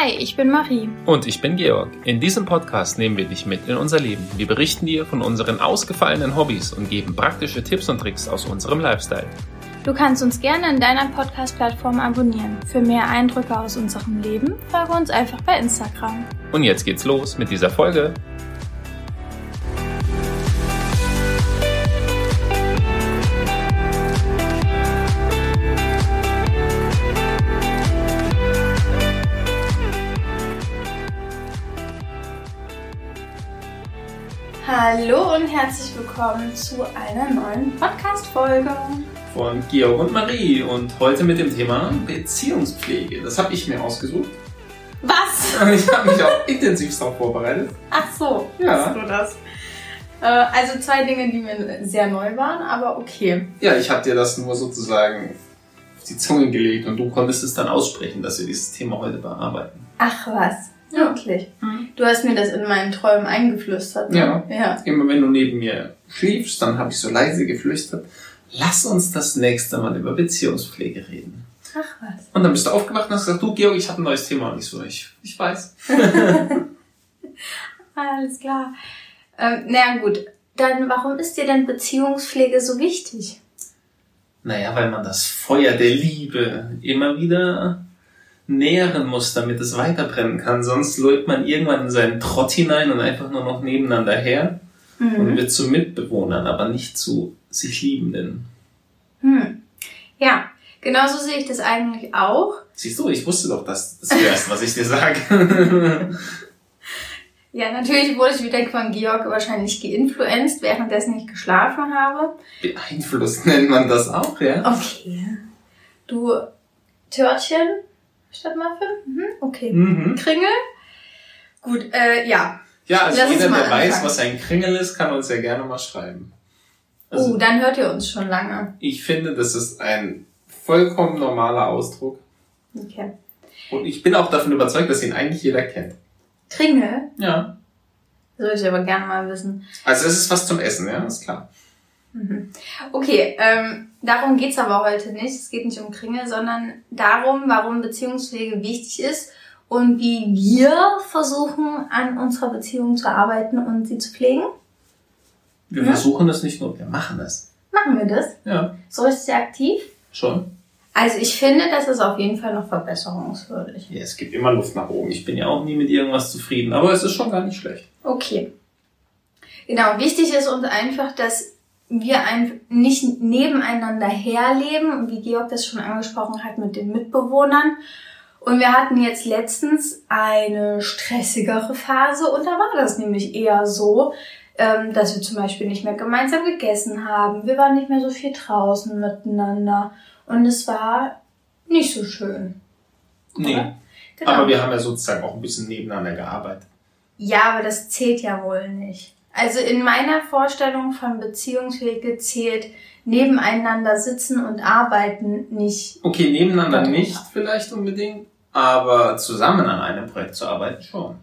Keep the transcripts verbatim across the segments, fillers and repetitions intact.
Hi, ich bin Marie. Und ich bin Georg. In diesem Podcast nehmen wir dich mit in unser Leben. Wir berichten dir von unseren ausgefallenen Hobbys und geben praktische Tipps und Tricks aus unserem Lifestyle. Du kannst uns gerne in deiner Podcast-Plattform abonnieren. Für mehr Eindrücke aus unserem Leben folge uns einfach bei Instagram. Und jetzt geht's los mit dieser Folge. Hallo und herzlich willkommen zu einer neuen Podcast-Folge Von Georg und Marie und heute mit dem Thema Beziehungspflege. Das habe ich mir ausgesucht. Was? Ich habe mich auch intensiv darauf vorbereitet. Ach so, ja. Hast du das? Äh, also zwei Dinge, die mir sehr neu waren, aber okay. Ja, ich habe dir das nur sozusagen auf die Zunge gelegt und du konntest es dann aussprechen, dass wir dieses Thema heute bearbeiten. Ach was, wirklich? Mhm. Du hast mir das in meinen Träumen eingeflüstert, ne? Ja. ja. Immer wenn du neben mir schliefst, dann habe ich so leise geflüstert. Lass uns das nächste Mal über Beziehungspflege reden. Ach was. Und dann bist du aufgewacht und hast gesagt, du Georg, ich habe ein neues Thema. Und ich so, ich, ich weiß. Alles klar. Ähm, naja gut, dann warum ist dir denn Beziehungspflege so wichtig? Naja, weil man das Feuer der Liebe immer wieder nähren muss, damit es weiterbrennen kann. Sonst läuft man irgendwann in seinen Trott hinein und einfach nur noch nebeneinander her mhm. und wird zu Mitbewohnern, aber nicht zu sich Liebenden. Hm. Ja, genauso sehe ich das eigentlich auch. Siehst du, ich wusste doch, dass das wärst, was ich dir sage. Ja, natürlich wurde ich wieder von Georg wahrscheinlich geinfluenced, währenddessen ich geschlafen habe. Beeinflusst nennt man das auch, ja? Okay. Du Törtchen statt Muffin? Mhm. Okay. Mhm. Kringel? Gut, äh, ja. Ja, also Lass jeder, der anfangen. weiß, was ein Kringel ist, kann uns ja gerne mal schreiben. Also, oh, dann hört ihr uns schon lange. Ich finde, das ist ein vollkommen normaler Ausdruck. Okay. Und ich bin auch davon überzeugt, dass ihn eigentlich jeder kennt. Kringel? Ja. Das würde ich aber gerne mal wissen. Also es ist was zum Essen, ja, ist klar. Mhm. Okay, ähm, darum geht's aber heute nicht. Es geht nicht um Kringel, sondern darum, warum Beziehungspflege wichtig ist und wie wir versuchen, an unserer Beziehung zu arbeiten und sie zu pflegen. Wir ja? versuchen das nicht nur, wir machen das. Machen wir das? Ja. So ist sehr aktiv? Schon. Also ich finde, das ist auf jeden Fall noch verbesserungswürdig. Ja, es gibt immer Luft nach oben. Ich bin ja auch nie mit irgendwas zufrieden, aber es ist schon gar nicht schlecht. Okay. Genau, wichtig ist uns einfach, dass wir ein, nicht nebeneinander herleben, wie Georg das schon angesprochen hat mit den Mitbewohnern. Und wir hatten jetzt letztens eine stressigere Phase und da war das nämlich eher so, ähm, dass wir zum Beispiel nicht mehr gemeinsam gegessen haben. Wir waren nicht mehr so viel draußen miteinander und es war nicht so schön. Nee, genau. Aber wir haben ja sozusagen auch ein bisschen nebeneinander gearbeitet. Ja, aber das zählt ja wohl nicht. Also in meiner Vorstellung von Beziehungspflege zählt nebeneinander sitzen und arbeiten nicht. Okay, nebeneinander nicht vielleicht unbedingt, aber zusammen an einem Projekt zu arbeiten schon.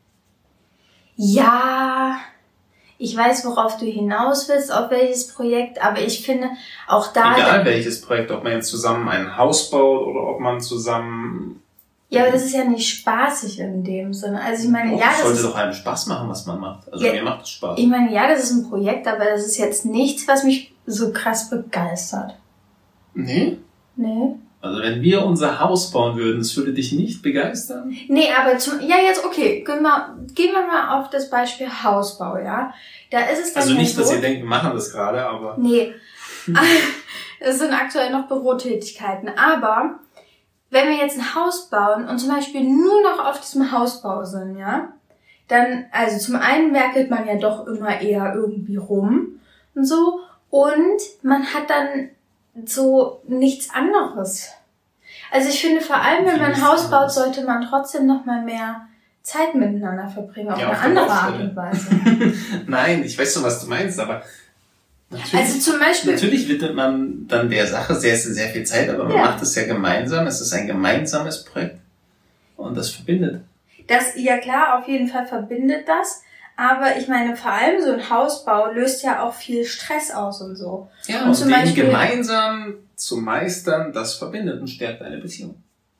Ja, ich weiß, worauf du hinaus willst, auf welches Projekt, aber ich finde auch da... Egal welches Projekt, ob man jetzt zusammen ein Haus baut oder ob man zusammen... Ja, aber das ist ja nicht spaßig in dem Sinne. Also ich meine, doch, ja, das sollte ist, doch einem Spaß machen, was man macht. Also ja, mir macht es Spaß. Ich meine, ja, das ist ein Projekt, aber das ist jetzt nichts, was mich so krass begeistert. Nee? Nee. Also wenn wir unser Haus bauen würden, das würde dich nicht begeistern? Nee, aber zum, ja, jetzt, okay, gehen wir, gehen wir mal auf das Beispiel Hausbau, ja. Da ist es dann Also nicht, so, dass ihr denkt, wir machen das gerade, aber... Nee. Es sind aktuell noch Bürotätigkeiten, aber wenn wir jetzt ein Haus bauen und zum Beispiel nur noch auf diesem Hausbau sind, ja, dann, also zum einen werkelt man ja doch immer eher irgendwie rum und so und man hat dann so nichts anderes. Also ich finde vor allem, wenn man ein Haus baut, sollte man trotzdem noch mal mehr Zeit miteinander verbringen, auf ja, eine auf andere Art und Weise. Nein, ich weiß schon, was du meinst, aber natürlich, also zum Beispiel, natürlich widmet man dann der Sache sehr, sehr viel Zeit, aber man ja. macht es ja gemeinsam. Es ist ein gemeinsames Projekt und das verbindet. Das, ja klar, auf jeden Fall verbindet das. Aber ich meine, vor allem so ein Hausbau löst ja auch viel Stress aus und so. Ja, und, und zum den Beispiel, gemeinsam zu meistern, das verbindet und stärkt eine Beziehung.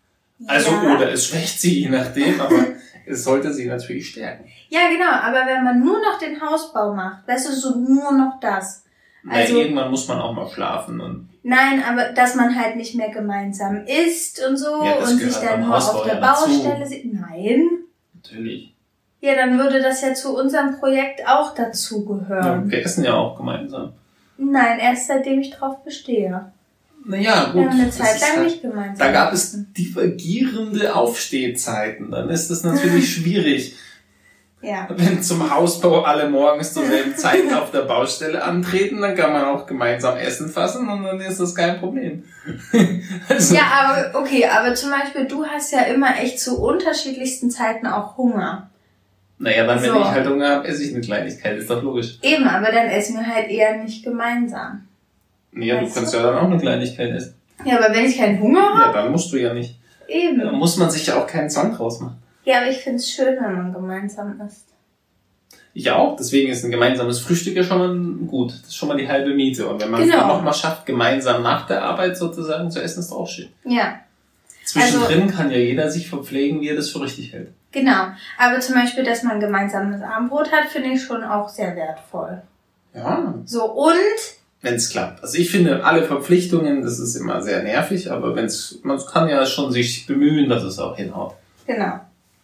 Also, Ja. oder es schwächt sie, je nachdem, aber es sollte sie natürlich stärken. Ja, genau, aber wenn man nur noch den Hausbau macht, weißt du, so nur noch das. Also, Na, irgendwann muss man auch mal schlafen und nein, aber dass man halt nicht mehr gemeinsam isst und so Ja, das und sich gehört dann beim nur Hausbau auf der ja dazu. Baustelle sieht. Nein. natürlich. Ja, dann würde das ja zu unserem Projekt auch Ja, dazugehören. wir essen ja auch gemeinsam. Nein, erst seitdem ich drauf bestehe. Naja, gut. Wir haben eine das Zeit ist lang halt- nicht gemeinsam. Da gab es gegessen. divergierende Aufstehzeiten. Dann ist es natürlich schwierig, Ja. wenn zum Hausbau alle morgens zur selben Zeit auf der Baustelle antreten, dann kann man auch gemeinsam Essen fassen und dann ist das kein Problem. also, Ja, aber okay, aber zum Beispiel, du hast ja immer echt zu unterschiedlichsten Zeiten auch Hunger. Naja, dann, wenn So. ich halt Hunger habe, esse ich eine Kleinigkeit, ist doch logisch. Eben, aber dann essen wir halt eher nicht gemeinsam. Ja, du Weißt kannst du? ja dann auch eine Kleinigkeit essen. Ja, aber wenn ich keinen Hunger habe, Ja, dann musst du ja nicht. Da eben. muss man sich ja auch keinen Zwang draus machen. Ja, aber ich find's schön, wenn man gemeinsam isst. Ich auch, deswegen ist ein gemeinsames Frühstück ja schon mal gut. Das ist schon mal die halbe Miete. Und wenn man es Genau. dann nochmal schafft, gemeinsam nach der Arbeit sozusagen zu essen, ist doch auch schön. Ja, Zwischendrin kann ja jeder sich verpflegen, wie er das für richtig hält. genau. Aber zum Beispiel, dass man gemeinsames Abendbrot hat, finde ich schon auch sehr wertvoll. Ja, So, und wenn es klappt. Also ich finde, alle Verpflichtungen, das ist immer sehr nervig, aber wenn's, man kann ja schon sich bemühen, dass es auch hinhaut. genau.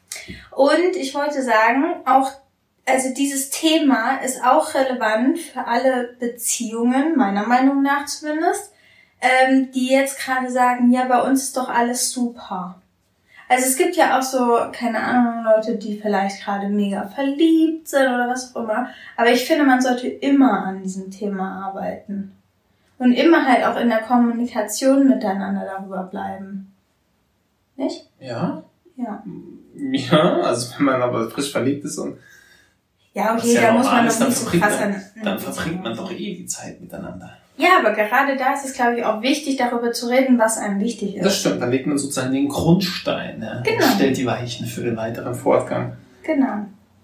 Und ich wollte sagen, auch, also dieses Thema ist auch relevant für alle Beziehungen, meiner Meinung nach zumindest, ähm, die jetzt gerade sagen, ja, bei uns ist doch alles super. Also es gibt ja auch so, keine Ahnung, Leute, die vielleicht gerade mega verliebt sind oder was auch immer. Aber ich finde, man sollte immer an diesem Thema arbeiten. Und immer halt auch in der Kommunikation miteinander darüber bleiben. Nicht? Ja, Ja. ja, also wenn man aber frisch verliebt ist und Ja, was okay, ja da muss normal man ist, doch dann nicht so verbringt krass man, an... dann verbringt man doch eh die Zeit miteinander. Ja, aber gerade da ist es, glaube ich, auch wichtig, darüber zu reden, was einem wichtig ist. Das stimmt, dann legt man sozusagen den Grundstein, ja, Genau. und stellt die Weichen für den weiteren Fortgang. Genau.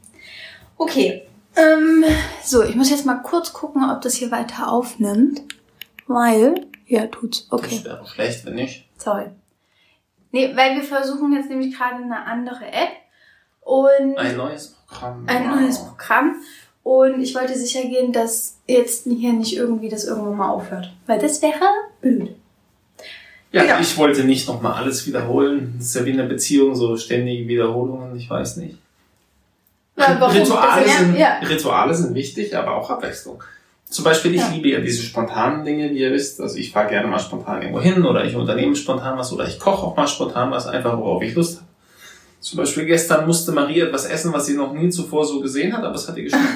Okay. Ähm, so, ich muss jetzt mal kurz gucken, ob das hier weiter aufnimmt. Weil, ja, tut's. Okay, Das wäre schlecht, wenn nicht. sorry. Nee, weil wir versuchen jetzt nämlich gerade eine andere App und Ein neues Programm. ein Wow. neues Programm. Und ich wollte sicher gehen, dass jetzt hier nicht irgendwie das irgendwann mal aufhört. Weil das wäre blöd. Ja, Genau. ich wollte nicht nochmal alles wiederholen. Das ist ja wie in einer Beziehung, so ständige Wiederholungen, ich weiß nicht. Ja, warum? Rituale, Das- sind, ja. Rituale sind wichtig, aber auch Abwechslung. Zum Beispiel, ich Ja. liebe ja diese spontanen Dinge, wie ihr wisst. Also ich fahre gerne mal spontan irgendwo hin oder ich unternehme spontan was oder ich koche auch mal spontan was, einfach worauf ich Lust habe. Zum Beispiel gestern musste Maria etwas essen, was sie noch nie zuvor so gesehen hat, aber es hat ihr geschmeckt.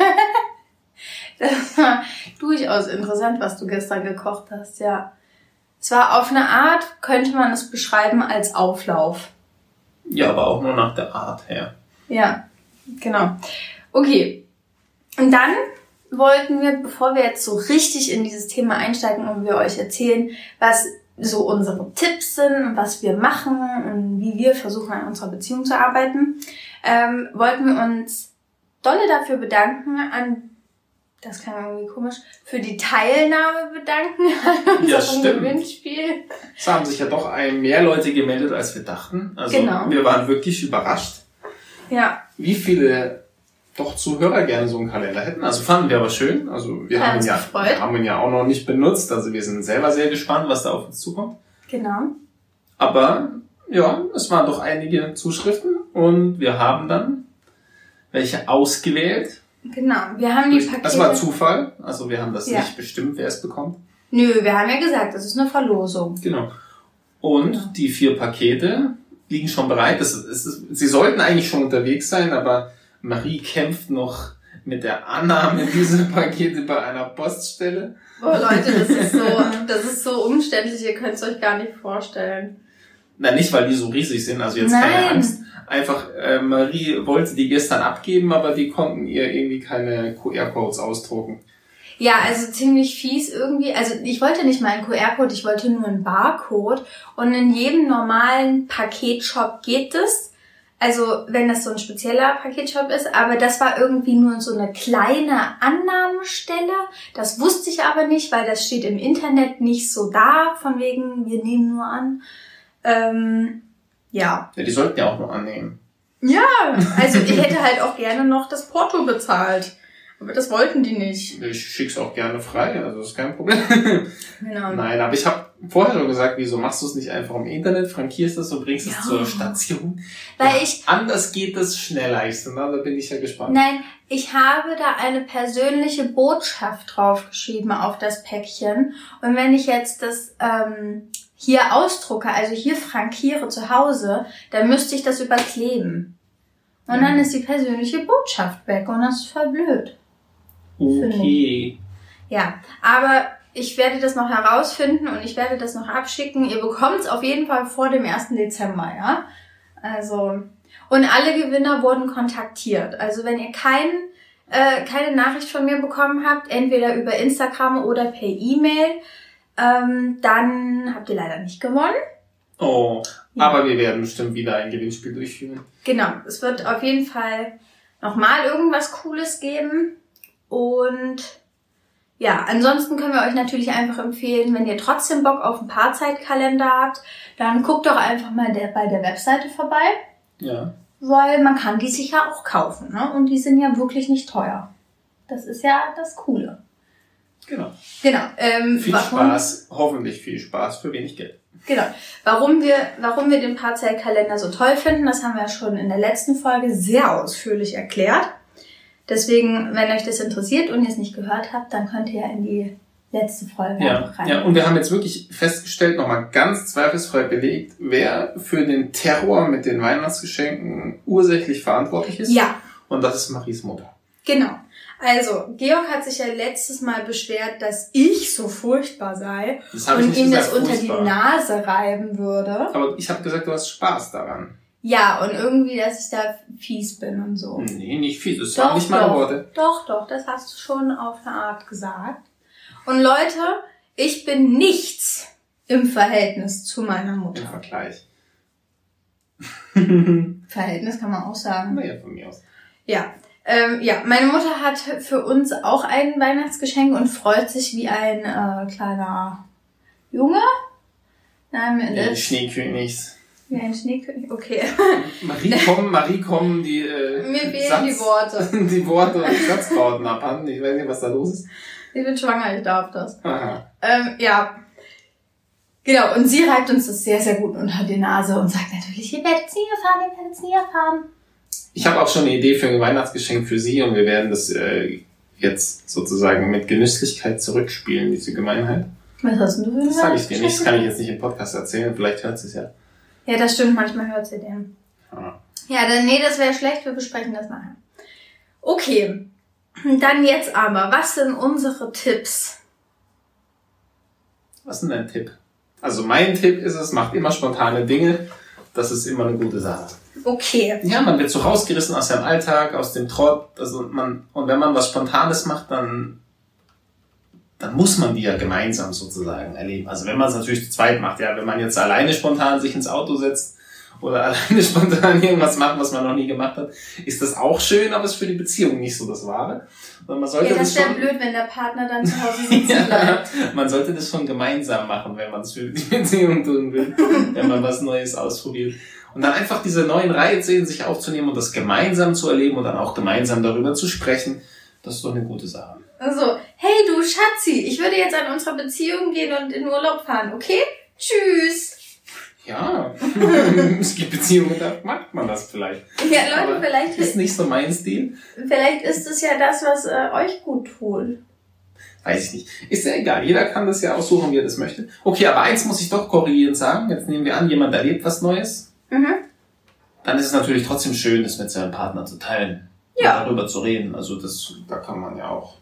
Das war durchaus interessant, was du gestern gekocht hast, ja. Es war auf eine Art, könnte man es beschreiben als Auflauf. Ja, aber auch nur nach der Art her. Ja, genau. Okay. Und dann wollten wir, bevor wir jetzt so richtig in dieses Thema einsteigen und wir euch erzählen, was so unsere Tipps sind und was wir machen und wie wir versuchen, an unserer Beziehung zu arbeiten, ähm, wollten wir uns dolle dafür bedanken an, das klang irgendwie komisch, für die Teilnahme bedanken an Ja, unserem stimmt. Gewinnspiel. Es haben sich ja doch ein mehr Leute gemeldet, als wir dachten. Also Genau. wir waren wirklich überrascht, Ja, wie viele doch Zuhörer gerne so einen Kalender hätten. Also fanden wir aber schön. Also wir Hat haben ihn uns ja, gefreut. wir haben ihn ja auch noch nicht benutzt. Also wir sind selber sehr gespannt, was da auf uns zukommt. genau. Aber ja, es waren doch einige Zuschriften und wir haben dann welche ausgewählt. Genau. Wir haben die Pakete... Das war Zufall. Also wir haben das Ja. nicht bestimmt, wer es bekommt. Nö, wir haben ja gesagt, das ist eine Verlosung. Genau. Und Genau. die vier Pakete liegen schon bereit. Das ist, sie sollten eigentlich schon unterwegs sein, aber Marie kämpft noch mit der Annahme dieser Pakete bei einer Poststelle. Oh Leute, das ist so, das ist so umständlich, ihr könnt es euch gar nicht vorstellen. Na, nicht, weil die so riesig sind, also jetzt Nein. keine Angst. Einfach, äh, Marie wollte die gestern abgeben, aber die konnten ihr irgendwie keine Q R-Codes ausdrucken. Ja, also ziemlich fies irgendwie. Also ich wollte nicht mal einen Q R-Code, ich wollte nur einen Barcode. Und in jedem normalen Paketshop geht es. Also wenn das so ein spezieller Paketshop ist. Aber das war irgendwie nur so eine kleine Annahmestelle. Das wusste ich aber nicht, weil das steht im Internet nicht so da. Von wegen, wir nehmen nur an. Ähm, Ja. Ja, die sollten ja auch nur annehmen. Ja, also ich hätte halt auch gerne noch das Porto bezahlt. Aber das wollten die nicht. Ich schick's auch gerne frei, also ist kein Problem. Genau. Nein, aber ich habe vorher schon gesagt, wieso machst du es nicht einfach im Internet, frankierst es und bringst Ja. es zur Station? Weil ja, ich... Anders geht es schneller, ich so, na, da bin ich ja gespannt. Nein, ich habe da eine persönliche Botschaft draufgeschrieben auf das Päckchen. Und wenn ich jetzt das ähm, hier ausdrucke, also hier frankiere zu Hause, dann müsste ich das überkleben. Und dann ist die persönliche Botschaft weg und das ist voll blöd. Okay. Ja, aber ich werde das noch herausfinden und ich werde das noch abschicken. Ihr bekommt es auf jeden Fall vor dem ersten Dezember, ja? Also, und alle Gewinner wurden kontaktiert. Also wenn ihr kein, äh, keine Nachricht von mir bekommen habt, entweder über Instagram oder per E-Mail, ähm, dann habt ihr leider nicht gewonnen. Oh, Ja. aber wir werden bestimmt wieder ein Gewinnspiel durchführen. Genau, es wird auf jeden Fall nochmal irgendwas Cooles geben. Und ja, ansonsten können wir euch natürlich einfach empfehlen, wenn ihr trotzdem Bock auf einen Paarzeitkalender habt, dann guckt doch einfach mal der, bei der Webseite vorbei, Ja. weil man kann die sich ja auch kaufen, ne? Und die sind ja wirklich nicht teuer. Das ist ja das Coole. Genau. Genau. Ähm, Viel warum, Spaß, hoffentlich viel Spaß für wenig Geld. Genau. Warum wir, warum wir den Paarzeitkalender so toll finden, das haben wir ja schon in der letzten Folge sehr ausführlich erklärt. Deswegen, wenn euch das interessiert und ihr es nicht gehört habt, dann könnt ihr ja in die letzte Folge Ja, rein. ja, und wir haben jetzt wirklich festgestellt, nochmal ganz zweifelsfrei belegt, wer für den Terror mit den Weihnachtsgeschenken ursächlich verantwortlich ist. Ja, Und das ist Maries Mutter. genau. Also, Georg hat sich ja letztes Mal beschwert, dass ich so furchtbar sei Das habe ich und nicht ihm gesagt, das unter furchtbar. die Nase reiben würde. Aber ich habe gesagt, du hast Spaß daran. Ja, und irgendwie, dass ich da fies bin und so. Nee, nicht viel. Das Doch, waren nicht meine doch. Worte. Doch, doch, das hast du schon auf eine Art gesagt. Und Leute, ich bin nichts im Verhältnis zu meiner Im Mutter. Vergleich. Verhältnis kann man auch sagen. Naja, von mir aus. Ja, ähm, ja, meine Mutter hat für uns auch ein Weihnachtsgeschenk und freut sich wie ein äh, kleiner Junge. Nein, Ja, die das, Schneekönigs. wie ein Schneekönig. Okay, Marie kommen, Marie kommen, die, äh, mir fehlen Satz, die Worte. die Worte und die Satzbauten abhanden. Ich weiß nicht, was da los ist. Ich bin schwanger, ich darf das. Aha. Ähm, ja. Genau, und sie reibt uns das sehr, sehr gut unter die Nase und sagt natürlich, ihr werdet es nie erfahren, ihr werdet es nie erfahren. Ich habe auch schon eine Idee für ein Weihnachtsgeschenk für Sie und wir werden das äh, jetzt sozusagen mit Genüsslichkeit zurückspielen, diese Gemeinheit. Was hast denn du für ein Das sage ich dir nicht, das kann ich Weihnachtsgeschenk? jetzt nicht im Podcast erzählen, vielleicht hört sie es ja. Ja, das stimmt, manchmal hört sie den. Ah. Ja, dann, nee, das wäre schlecht, wir besprechen das nachher. Okay, dann jetzt aber, was sind unsere Tipps? Was ist denn dein Tipp? Also mein Tipp ist es, macht immer spontane Dinge, das ist immer eine gute Sache. Okay. Ja, man wird so rausgerissen aus seinem Alltag, aus dem Trott, also man, und wenn man was Spontanes macht, dann, dann muss man die ja gemeinsam sozusagen erleben. Also wenn man es natürlich zu zweit macht, ja, wenn man jetzt alleine spontan sich ins Auto setzt oder alleine spontan irgendwas macht, was man noch nie gemacht hat, ist das auch schön, aber ist für die Beziehung nicht so das Wahre. Und man sollte Ja, das das wäre schon, blöd, wenn der Partner dann zu Hause sitzen ja, bleibt. man sollte das schon gemeinsam machen, wenn man es für die Beziehung tun will, wenn man was Neues ausprobiert. Und dann einfach diese neuen Reize in sich aufzunehmen und das gemeinsam zu erleben und dann auch gemeinsam darüber zu sprechen, das ist doch eine gute Sache. Also, hey du Schatzi, ich würde jetzt an unserer Beziehung gehen und in Urlaub fahren, okay? Tschüss. Ja, es gibt Beziehungen, da macht man das vielleicht. Ja, Leute, Aber vielleicht, ist nicht so mein Stil. vielleicht ist es ja das, was äh, euch gut tut. Weiß ich nicht. Ist ja egal. Jeder kann das ja aussuchen, wie er das möchte. Okay, aber eins muss ich doch korrigierend sagen. Jetzt nehmen wir an, jemand erlebt was Neues. Mhm. Dann ist es natürlich trotzdem schön, das mit seinem Partner zu teilen. Ja. Und darüber zu reden. Also das, da kann man ja auch.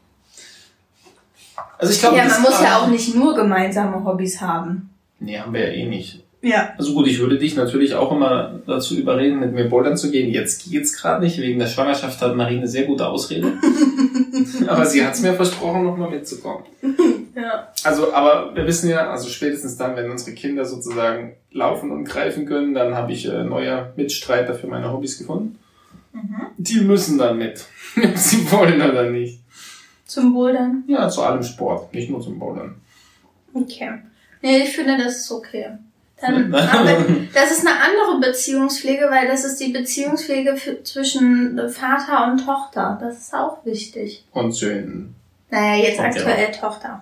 Also ich glaube, Ja, das man muss war- ja auch nicht nur gemeinsame Hobbys haben. Nee, haben wir ja eh nicht. Ja. Also gut, ich würde dich natürlich auch immer dazu überreden, mit mir bouldern zu gehen. Jetzt geht's gerade nicht. Wegen der Schwangerschaft hat Marie eine sehr gute Ausrede. Aber sie hat's mir versprochen, nochmal mitzukommen. Ja. Also, aber wir wissen ja, also spätestens dann, wenn unsere Kinder sozusagen laufen und greifen können, dann habe ich äh, neue Mitstreiter für meine Hobbys gefunden. Mhm. Die müssen dann mit, ob sie wollen oder nicht. Zum Bouldern? Ja, zu allem Sport, nicht nur zum Bouldern. Okay. Nee, ich finde, das ist okay. Dann, aber das ist eine andere Beziehungspflege, weil das ist die Beziehungspflege für, zwischen Vater und Tochter. Das ist auch wichtig. Und Söhnen. Naja, jetzt Und aktuell ja. Tochter.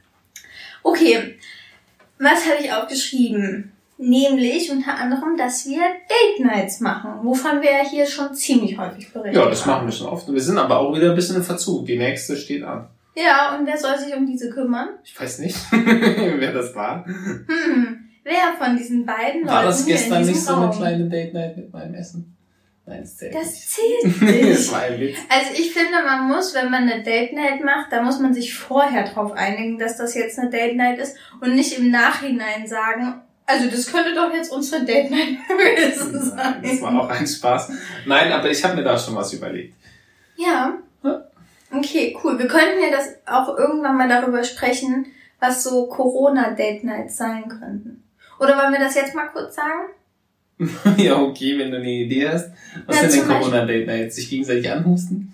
Okay, was habe ich aufgeschrieben? Nämlich unter anderem, dass wir Date Nights machen, wovon wir ja hier schon ziemlich häufig berichten. Ja, das machen wir schon oft. Wir sind aber auch wieder ein bisschen im Verzug. Die nächste steht an. Ja, und wer soll sich um diese kümmern? Ich weiß nicht, wer das war. Hm, wer von diesen beiden Leuten war das gestern hier in nicht so Raum? eine kleine Date Night mit meinem Essen? Nein, das zählt das nicht. zählt nicht. Das war ein Witz. Also ich finde, man muss, wenn man eine Date Night macht, da muss man sich vorher drauf einigen, dass das jetzt eine Date Night ist und nicht im Nachhinein sagen, also das könnte doch jetzt unsere Date Night gewesen sein. Das war auch ein Spaß. Nein, aber ich habe mir da schon was überlegt. Ja. Okay, cool. Wir könnten ja das auch irgendwann mal darüber sprechen, was so Corona-Date Nights sein könnten. Oder wollen wir das jetzt mal kurz sagen? Ja, okay, wenn du eine Idee hast. Was Ja, sind denn zum Beispiel- Corona-Date Nights? Sich gegenseitig anhusten?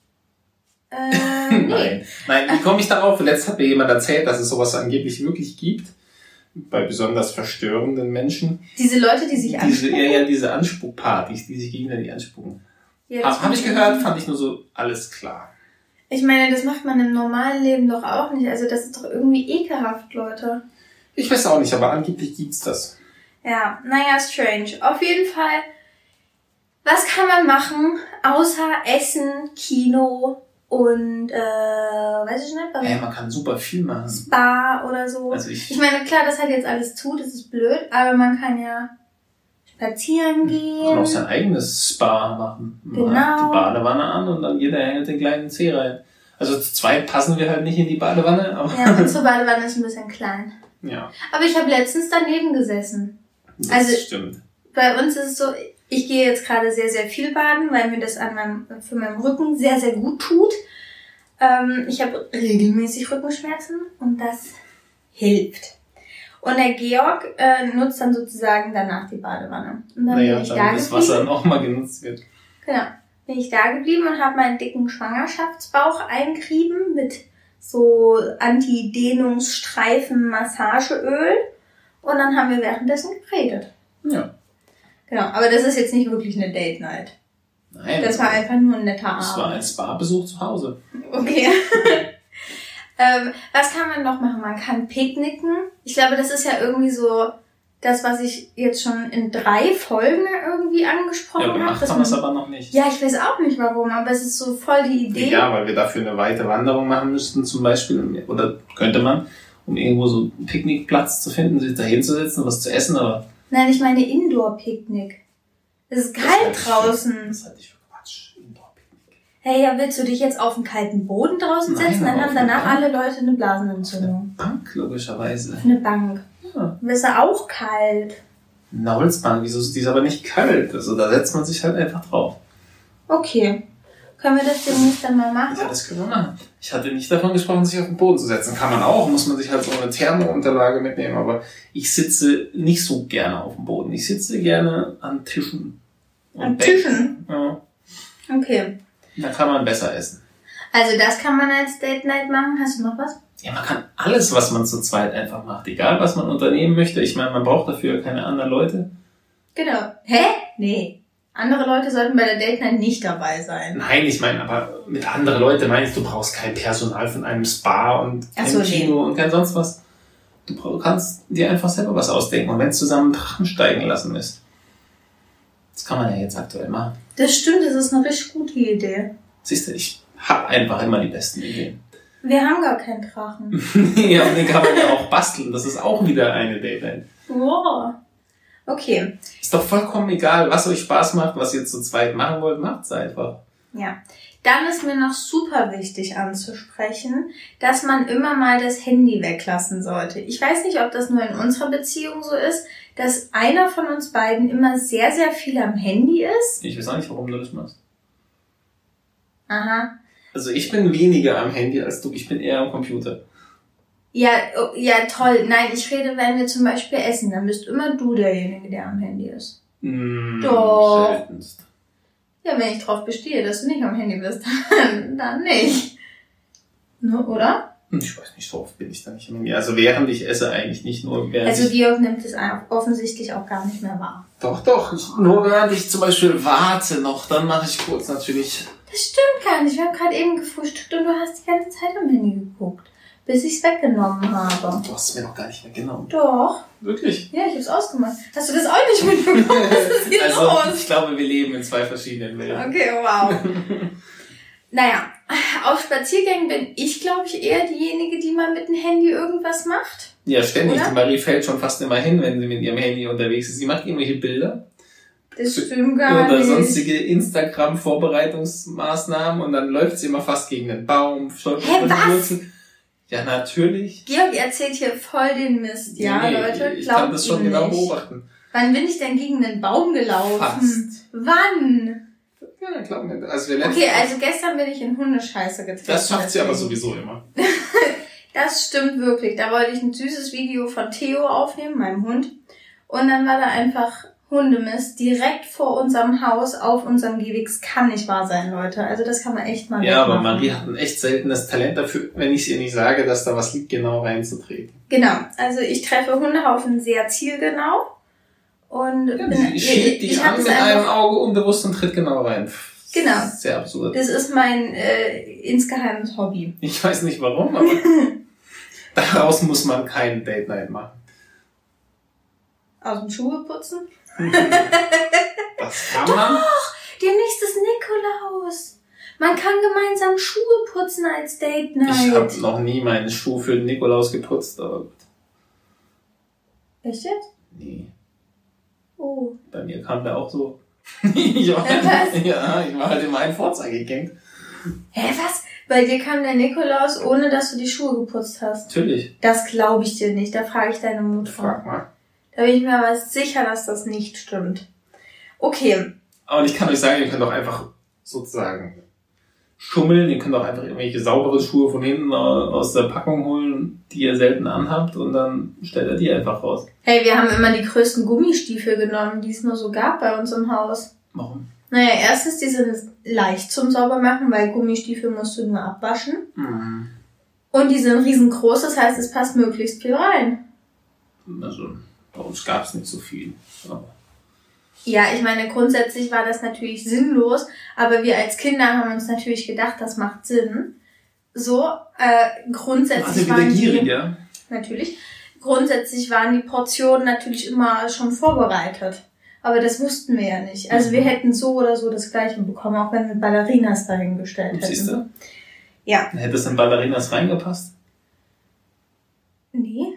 Äh, nee. Nein. Nein, wie komme ich darauf? Letzt hat mir jemand erzählt, dass es sowas angeblich wirklich gibt. Bei besonders verstörenden Menschen. Diese Leute, die sich Diese, anspucken. ja, ja, diese Anspuckpartys, die sich gegenseitig anspucken. Ja, das Habe hab ich macht- gehört, fand ich nur so, alles klar. Ich meine, das macht man im normalen Leben doch auch nicht. Also das ist doch irgendwie ekelhaft, Leute. Ich weiß auch nicht, aber angeblich gibt's das. Ja, naja, strange. Auf jeden Fall, was kann man machen, außer Essen, Kino und, äh, weiß ich nicht, was Ey, man kann super viel machen. Spa oder so. Also ich, Ich meine, klar, das hat jetzt alles zu, das ist blöd, aber man kann ja spazieren kann gehen. auch sein eigenes Spa machen. Man Genau. macht die Badewanne an und dann jeder hängt den kleinen Zeh rein. Also zu zweit passen wir halt nicht in die Badewanne, aber Ja, unsere Badewanne ist ein bisschen klein. ja, Aber ich habe letztens daneben gesessen. das Also- stimmt. Bei uns ist es so, ich gehe jetzt gerade sehr, sehr viel baden, weil mir das an meinem, für meinen Rücken sehr, sehr gut tut. Ähm, ich habe regelmäßig Rückenschmerzen und das hilft. Und der Georg äh, nutzt dann sozusagen danach die Badewanne. Und dann Naja, bin ich da damit das geblieben. Wasser nochmal genutzt wird. Genau. Bin ich da geblieben und habe meinen dicken Schwangerschaftsbauch eingerieben mit so Anti-Dehnungsstreifen Massageöl. Und dann haben wir währenddessen geredet. Ja. Genau, aber das ist jetzt nicht wirklich eine Date Night. Nein. Das war einfach nur ein netter Das war Abend. ein Spa-Besuch zu Hause. Okay. ähm, was kann man noch machen? Man kann picknicken. Ich glaube, das ist ja irgendwie so das, was ich jetzt schon in drei Folgen irgendwie angesprochen Ja, habe. gemacht dass haben wir es man- aber noch nicht. Ja, ich weiß auch nicht warum, aber es ist so voll die Idee. Ja, weil wir dafür eine weite Wanderung machen müssten zum Beispiel. Oder könnte man, um irgendwo so einen Picknickplatz zu finden, sich da hinzusetzen, was zu essen, aber... Nein, ich meine Indoor-Picknick. Es ist Das kalt halte ich für- draußen. Das halte ich für Quatsch. Indoor-Picknick. Hey, ja, willst du dich jetzt auf den kalten Boden draußen Nein, setzen? Dann aber haben auf eine danach Bank. alle Leute eine Blasenentzündung. Bank, logischerweise. Auf eine Bank. Ja. Dann ist ja auch kalt. Eine Holzbank, wieso ist die aber nicht kalt? Also da setzt man sich halt einfach drauf. Okay. Können wir das demnächst dann mal machen? Ja, das können wir machen. Ich hatte nicht davon gesprochen, sich auf den Boden zu setzen. Kann man auch, muss man sich halt so eine Thermounterlage mitnehmen. Aber ich sitze nicht so gerne auf dem Boden. Ich sitze gerne an Tischen. und An Bänken. Tischen? Ja, Okay. da kann man besser essen. Also das kann man als Date Night machen. Hast du noch was? Ja, man kann alles, was man zu zweit einfach macht. Egal, was man unternehmen möchte. Ich meine, man braucht dafür keine anderen Leute. Genau. Hä? Nee. Andere Leute sollten bei der Date Night nicht dabei sein. Nein, ich meine, aber mit anderen Leuten meinst du, brauchst kein Personal von einem Spa und Ach kein so, nee. Kino und kein sonst was. Du brauch- kannst dir einfach selber was ausdenken und wenn es zusammen Drachen steigen lassen ist. Das kann man ja jetzt aktuell machen. Das stimmt, das ist eine richtig gute Idee. Siehst du, ich habe einfach immer die besten Ideen. Wir haben gar keinen Drachen. Ja, und den kann man ja auch basteln. Das ist auch wieder eine Date. Wow. Okay. Ist doch vollkommen egal, was euch Spaß macht, was ihr zu zweit machen wollt, macht's einfach. Ja. Dann ist mir noch super wichtig anzusprechen, dass man immer mal das Handy weglassen sollte. Ich weiß nicht, ob das nur in unserer Beziehung so ist, dass einer von uns beiden immer sehr, sehr viel am Handy ist. Ich weiß auch nicht, warum du das machst. Aha. Also ich bin weniger am Handy als du. Ich bin eher am Computer. Ja, oh, ja, toll. Nein, ich rede, wenn wir zum Beispiel essen, dann bist immer du derjenige, der am Handy ist. Mm, Doch. Seltenst. Ja, wenn ich drauf bestehe, dass du nicht am Handy bist, dann, dann nicht. Ne, oder? Ich weiß nicht, so oft bin ich da nicht mehr. Also während ich esse eigentlich nicht nur. Während Also ich, Georg nimmt es offensichtlich auch gar nicht mehr wahr. doch, doch. Ich, nur während ich zum Beispiel warte noch, dann mache ich kurz natürlich. Das stimmt gar nicht. Wir haben gerade eben gefrühstückt und du hast die ganze Zeit am Handy geguckt, bis ich es weggenommen habe. Du hast es mir noch gar nicht mehr genommen. Doch. Wirklich? Ja, ich habe es ausgemacht. Hast du das auch nicht mitbekommen? Was ist hier also, los? ich glaube, wir leben in zwei verschiedenen Welten. Okay, wow. Naja, auf Spaziergängen bin ich, glaube ich, eher diejenige, die mal mit dem Handy irgendwas macht. Ja, ständig. Oder? Die Marie fällt schon fast immer hin, wenn sie mit ihrem Handy unterwegs ist. Sie macht irgendwelche Bilder. Das stimmt gar Oder nicht. sonstige Instagram-Vorbereitungsmaßnahmen und dann läuft sie immer fast gegen den Baum. Hä, was? Ja, natürlich. Georg erzählt hier voll den Mist, ja, Nee, Leute? Ich Glaubt kann das schon ihm genau nicht. beobachten. Wann bin ich denn gegen den Baum gelaufen? Fast. Wann? Ja, glaub mir. Also wir Okay, also gestern bin ich in Hundescheiße getreten. das schafft sie aber deswegen. sowieso immer. Das stimmt wirklich. Da wollte ich ein süßes Video von Theo aufnehmen, meinem Hund. Und dann war da einfach Hundemist direkt vor unserem Haus auf unserem Gehweg. Das kann nicht wahr sein, Leute. Also das kann man echt mal Ja, wegmachen. aber Marie hat ein echt seltenes Talent dafür, wenn ich es ihr nicht sage, dass da was liegt, genau reinzutreten. Genau. Also ich treffe Hundehaufen sehr zielgenau. Und Ja, bin, sie schiebt dich ich hab an es mit einem einfach, Auge unbewusst und tritt genau rein. Genau. Sehr absurd. das ist mein äh, insgeheimes Hobby. Ich weiß nicht warum, aber daraus muss man kein Date Night machen. Aus dem Schuhe putzen? Das kann man. Doch, demnächst ist Nikolaus. Man kann gemeinsam Schuhe putzen als Date Night. Ich habe noch nie meinen Schuh für den Nikolaus geputzt, aber gut. Echt jetzt? Nee. Oh. Bei mir kam der auch so. ich war Ja, halt, was? ja, ich war halt immer ein Vorzeigekind. Hä, was? Bei dir kam der Nikolaus, ohne dass du die Schuhe geputzt hast. Natürlich. Das glaube ich dir nicht. Da frage ich deine Mutter. Frag mal. Da bin ich mir aber sicher, dass das nicht stimmt. Okay. Aber ich kann euch sagen, ihr könnt auch einfach sozusagen schummeln. Ihr könnt auch einfach irgendwelche saubere Schuhe von hinten aus der Packung holen, die ihr selten anhabt, und dann stellt ihr die einfach raus. Hey, wir haben immer die größten Gummistiefel genommen, die es nur so gab bei uns im Haus. Warum? Naja, erstens, die sind leicht zum Saubermachen, weil Gummistiefel musst du nur abwaschen. Mhm. Und die sind riesengroß, das heißt, es passt möglichst viel rein. Also, bei uns gab es nicht so viel. Aber Ja, ich meine, grundsätzlich war das natürlich sinnlos, aber wir als Kinder haben uns natürlich gedacht, das macht Sinn. So, äh, grundsätzlich also wieder waren gierig, die, ja? natürlich, grundsätzlich waren die Portionen natürlich immer schon vorbereitet. Aber das wussten wir ja nicht. Also wir hätten so oder so das Gleiche bekommen, auch wenn wir Ballerinas dahingestellt hätten. Siehst du? Ja. Hätte es in Ballerinas reingepasst? Nee.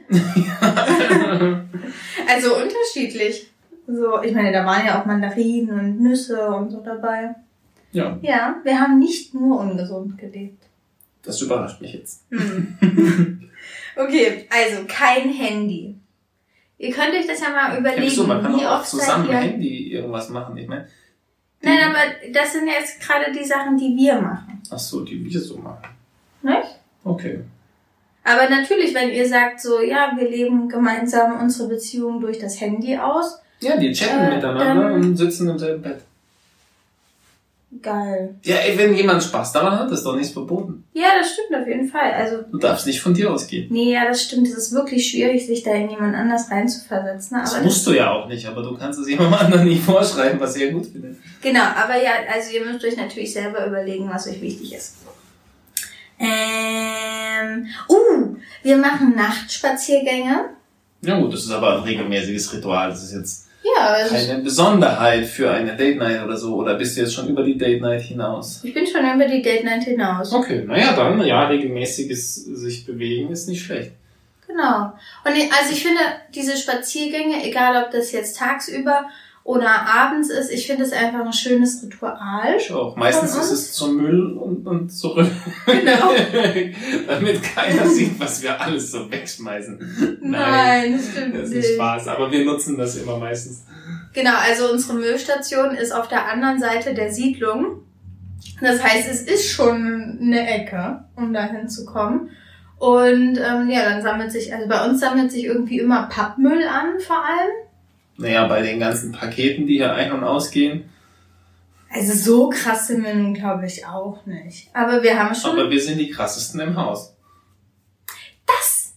Also unterschiedlich. So, ich meine, da waren ja auch Mandarinen und Nüsse und so dabei. Ja, Ja, wir haben nicht nur ungesund gelebt. das überrascht mich jetzt. Hm. Okay, also kein Handy. Ihr könnt euch das ja mal überlegen, Wieso, man kann wie auch oft zusammen seid ihr... Handy irgendwas machen. Ich meine, Nein, aber das sind jetzt gerade die Sachen, die wir machen. ach so, die wir so machen. Nicht? Okay. Aber natürlich, wenn ihr sagt so, ja, wir leben gemeinsam unsere Beziehung durch das Handy aus. Ja, die chatten Äh, miteinander dann- und sitzen im selben Bett. Geil. Ja, ey, wenn jemand Spaß daran hat, ist doch nichts verboten. Ja, das stimmt auf jeden Fall. Also, Du darfst nicht von dir ausgehen. nee, ja, das stimmt. Es ist wirklich schwierig, sich da in jemand anders reinzuversetzen. Aber Das musst du ja auch nicht, aber du kannst es jemandem anderen nicht vorschreiben, was er gut findet. Genau, aber ja, also ihr müsst euch natürlich selber überlegen, was euch wichtig ist. Ähm, uh, wir machen Nachtspaziergänge. Ja gut, das ist aber ein regelmäßiges Ritual. Das ist jetzt Ja, also ich, keine Besonderheit für eine Date Night oder so. Oder bist du jetzt schon über die Date Night hinaus? ich bin schon über die Date Night hinaus. Okay, naja, dann, ja, regelmäßiges sich bewegen ist nicht schlecht. Genau. Und ich, also ich finde, diese Spaziergänge, egal ob das jetzt tagsüber oder abends ist, ich finde es einfach ein schönes Ritual. Ich auch. Meistens Von ist uns? es zum Müll und, und zurück. Genau. Damit keiner sieht, was wir alles so wegschmeißen. Nein, das stimmt Das ist nicht. Spaß, aber wir nutzen das immer meistens. Genau, also unsere Müllstation ist auf der anderen Seite der Siedlung. Das heißt, es ist schon eine Ecke, um da hinzukommen. Und ähm, ja, dann sammelt sich, also bei uns sammelt sich irgendwie immer Pappmüll an, vor allem. Naja, bei den ganzen Paketen, die hier ein- und ausgehen. Also so krass sind wir nun, glaube ich, auch nicht. Aber wir haben schon... Aber wir sind die krassesten im Haus.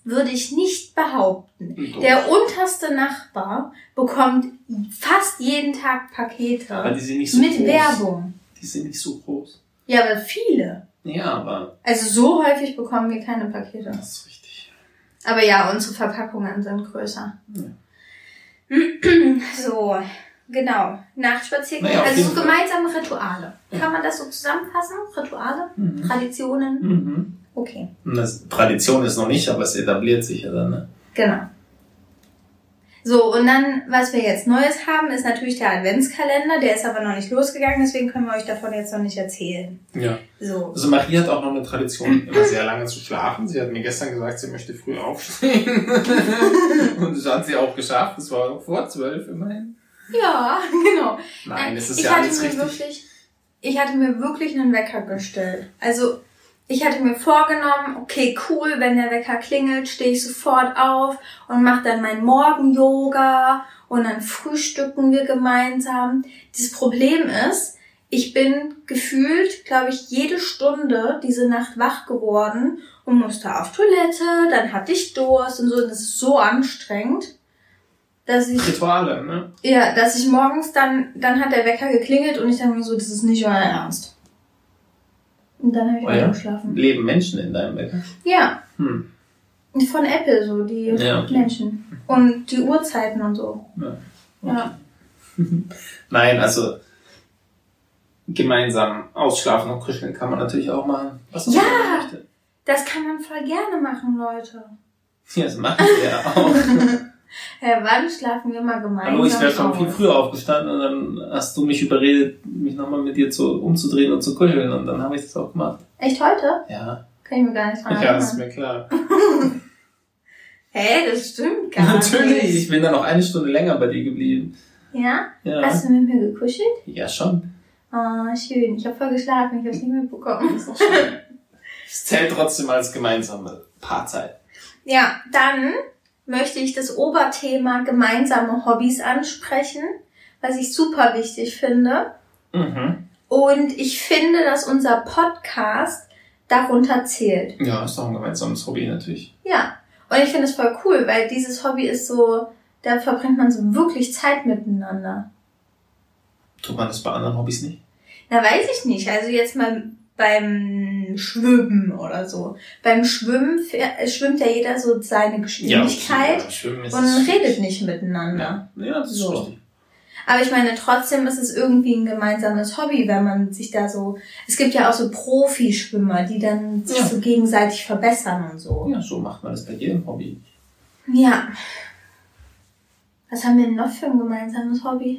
würde ich nicht behaupten. Doch. Der unterste Nachbar bekommt fast jeden Tag Pakete. Aber die sind nicht so mit groß. Werbung. Die sind nicht so groß. Ja, aber viele. Ja, aber... Also so häufig bekommen wir keine Pakete. Das ist richtig. Aber ja, unsere Verpackungen sind größer. Ja. So, genau. Nachtspaziergänge, Naja, auf also jeden so Fall. gemeinsame Rituale. Kann man das so zusammenfassen? Rituale? Mhm. Traditionen? Mhm. Okay, Und das, Tradition ist noch nicht, aber es etabliert sich ja dann, ne? genau. So, und dann, was wir jetzt Neues haben, ist natürlich der Adventskalender. Der ist aber noch nicht losgegangen, deswegen können wir euch davon jetzt noch nicht erzählen. Ja. So. Also Marie hat auch noch eine Tradition, immer sehr lange zu schlafen. Sie hat mir gestern gesagt, sie möchte früh aufstehen. Und das hat sie auch geschafft. Das war vor zwölf immerhin. Ja, genau. Nein, es ist ich ja hatte alles mir richtig. Wirklich, ich hatte mir wirklich einen Wecker gestellt. Also, ich hatte mir vorgenommen, okay, cool, wenn der Wecker klingelt, stehe ich sofort auf und mache dann mein Morgen-Yoga und dann frühstücken wir gemeinsam. Das Problem ist, ich bin gefühlt, glaube ich, jede Stunde diese Nacht wach geworden und musste auf Toilette, dann hatte ich Durst und so. Das ist so anstrengend, dass ich, Rituale, ne? ja, dass ich morgens dann, dann hat der Wecker geklingelt und ich dachte mir so, das ist nicht euer Ernst. Und dann habe ich Oh wieder ja? geschlafen. Leben Menschen in deinem Wecker? Ja, Hm. von Apple so, die Ja, okay. Menschen. Und die Uhrzeiten und so. Ja. Ja. Nein, also gemeinsam ausschlafen und kuscheln kann man natürlich auch machen. Was Ja! man möchte. Das kann man voll gerne machen, Leute. Ja, das machen wir ja auch. Ja, wann schlafen wir mal gemeinsam? Hallo, ich wäre schon aus? viel früher aufgestanden und dann hast du mich überredet, mich nochmal mit dir zu, umzudrehen und zu kuscheln und dann habe ich das auch gemacht. Echt heute? Ja, Kann ich mir gar nicht dran ja, das ist erinnern. mir klar. Hä, das stimmt gar nicht. Natürlich, ich bin dann noch eine Stunde länger bei dir geblieben. Ja? Ja, Hast du mit mir gekuschelt? ja schon. Oh, schön. Ich habe voll geschlafen, ich habe es nicht mitbekommen. Das ist auch schön. Es zählt trotzdem als gemeinsame Paarzeit. Ja, dann möchte ich das Oberthema gemeinsame Hobbys ansprechen, was ich super wichtig finde. Mhm. Und ich finde, dass unser Podcast darunter zählt. Ja, ist doch ein gemeinsames Hobby natürlich. Ja, und ich finde es voll cool, weil dieses Hobby ist so, da verbringt man so wirklich Zeit miteinander. Tut man das bei anderen Hobbys nicht? Na, weiß ich nicht. Also jetzt mal beim Schwimmen oder so. Beim Schwimmen fähr- schwimmt ja jeder so seine Geschwindigkeit Ja, Schwimmen ist und redet nicht miteinander. Ja, ja, das ist So. richtig. Aber ich meine, trotzdem ist es irgendwie ein gemeinsames Hobby, wenn man sich da so... Es gibt ja auch so Profischwimmer, die dann sich Ja. so gegenseitig verbessern und so. Ja, so macht man das bei jedem Hobby. Ja. Was haben wir denn noch für ein gemeinsames Hobby?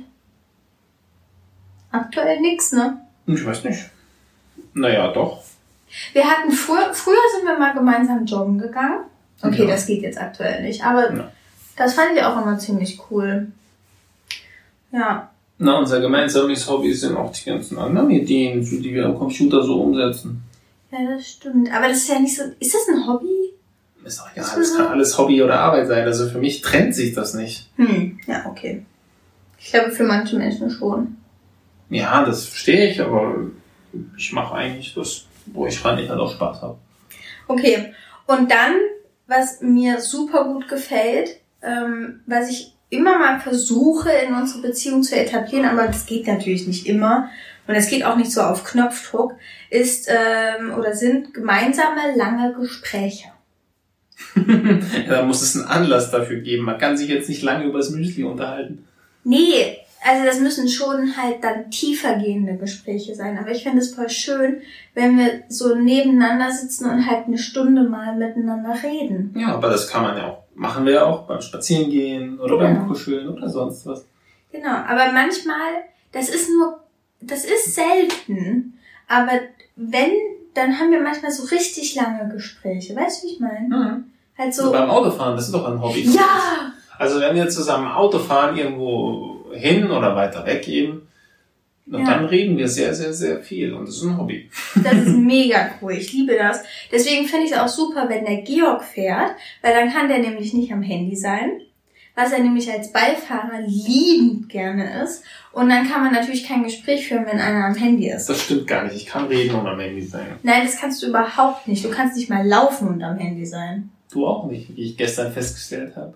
Aktuell nix, ne? Ich weiß nicht. Naja, doch. Wir hatten früher, früher sind wir mal gemeinsam joggen gegangen. Okay, Ja. das geht jetzt aktuell nicht, aber Ja. das fand ich auch immer ziemlich cool. Ja. Na, unser gemeinsames Hobby sind auch die ganzen anderen Ideen, so die wir am Computer so umsetzen. Ja, das stimmt. Aber das ist ja nicht so... Ist das ein Hobby? Ist auch egal, das kann alles Hobby oder Arbeit sein. Also für mich trennt sich das nicht. Hm, ja, okay. Ich glaube, für manche Menschen schon. Ja, das verstehe ich, aber ich mache eigentlich das, wo ich ran ich halt auch Spaß habe. Okay, und dann, was mir super gut gefällt, ähm, was ich immer mal versuche in unsere Beziehung zu etablieren, aber das geht natürlich nicht immer und es geht auch nicht so auf Knopfdruck, ist ähm, oder sind gemeinsame lange Gespräche. Ja, da muss es einen Anlass dafür geben. Man kann sich jetzt nicht lange über das Müsli unterhalten. Nee, also das müssen schon halt dann tiefergehende Gespräche sein. Aber ich finde es voll schön, wenn wir so nebeneinander sitzen und halt eine Stunde mal miteinander reden. Ja, aber das kann man ja auch. Machen wir ja auch beim Spazierengehen oder Genau. beim Kuscheln oder sonst was. Genau, aber manchmal, das ist nur, das ist selten, aber wenn, dann haben wir manchmal so richtig lange Gespräche. Weißt du, wie ich meine? Mhm. Halt So so, beim Autofahren, das ist doch ein Hobby. ja! Also wenn wir zusammen Auto fahren, irgendwo hin oder weiter weg eben, und Ja. dann reden wir sehr, sehr, sehr viel. Und das ist ein Hobby. Das ist mega cool. Ich liebe das. Deswegen finde ich es auch super, wenn der Georg fährt, weil dann kann der nämlich nicht am Handy sein, was er nämlich als Beifahrer liebend gerne ist. Und dann kann man natürlich kein Gespräch führen, wenn einer am Handy ist. Das stimmt gar nicht. Ich kann reden und am Handy sein. Nein, das kannst du überhaupt nicht. Du kannst nicht mal laufen und am Handy sein. Du auch nicht, wie ich gestern festgestellt habe.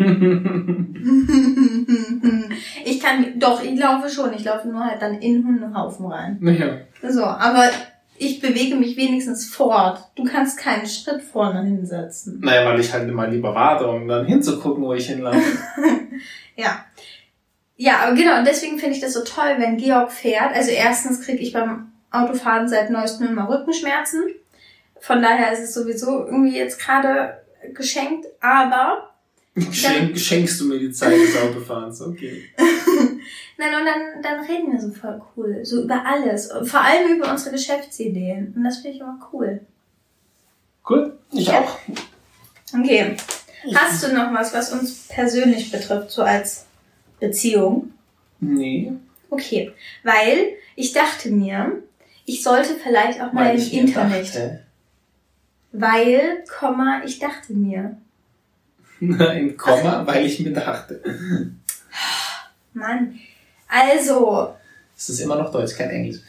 Ich kann, doch, ich laufe schon. Ich laufe nur halt dann in Hundehaufen rein. Ja. So, aber ich bewege mich wenigstens fort. Du kannst keinen Schritt vorne hinsetzen. Naja, weil ich halt immer lieber warte, um dann hinzugucken, wo ich hinlaufe. Ja. Ja, aber genau, und deswegen finde ich das so toll, wenn Georg fährt. Also erstens kriege ich beim Autofahren seit neuestem immer Rückenschmerzen. Von daher ist es sowieso irgendwie jetzt gerade geschenkt, aber... Geschenk, dann, schenkst du mir die Zeit des Autofahrens, okay. Nein, und dann, dann reden wir so voll cool. So über alles. Vor allem über unsere Geschäftsideen. Und das finde ich immer cool. Cool, ich ja. auch. Okay. Hast du noch was, was uns persönlich betrifft, so als Beziehung? Nee. Okay, weil ich dachte mir, ich sollte vielleicht auch mal weil im Internet. Dachte. Weil, Komma, ich dachte mir. Nein, Komma, weil ich mir dachte. Mann, also. Es ist immer noch Deutsch, kein Englisch.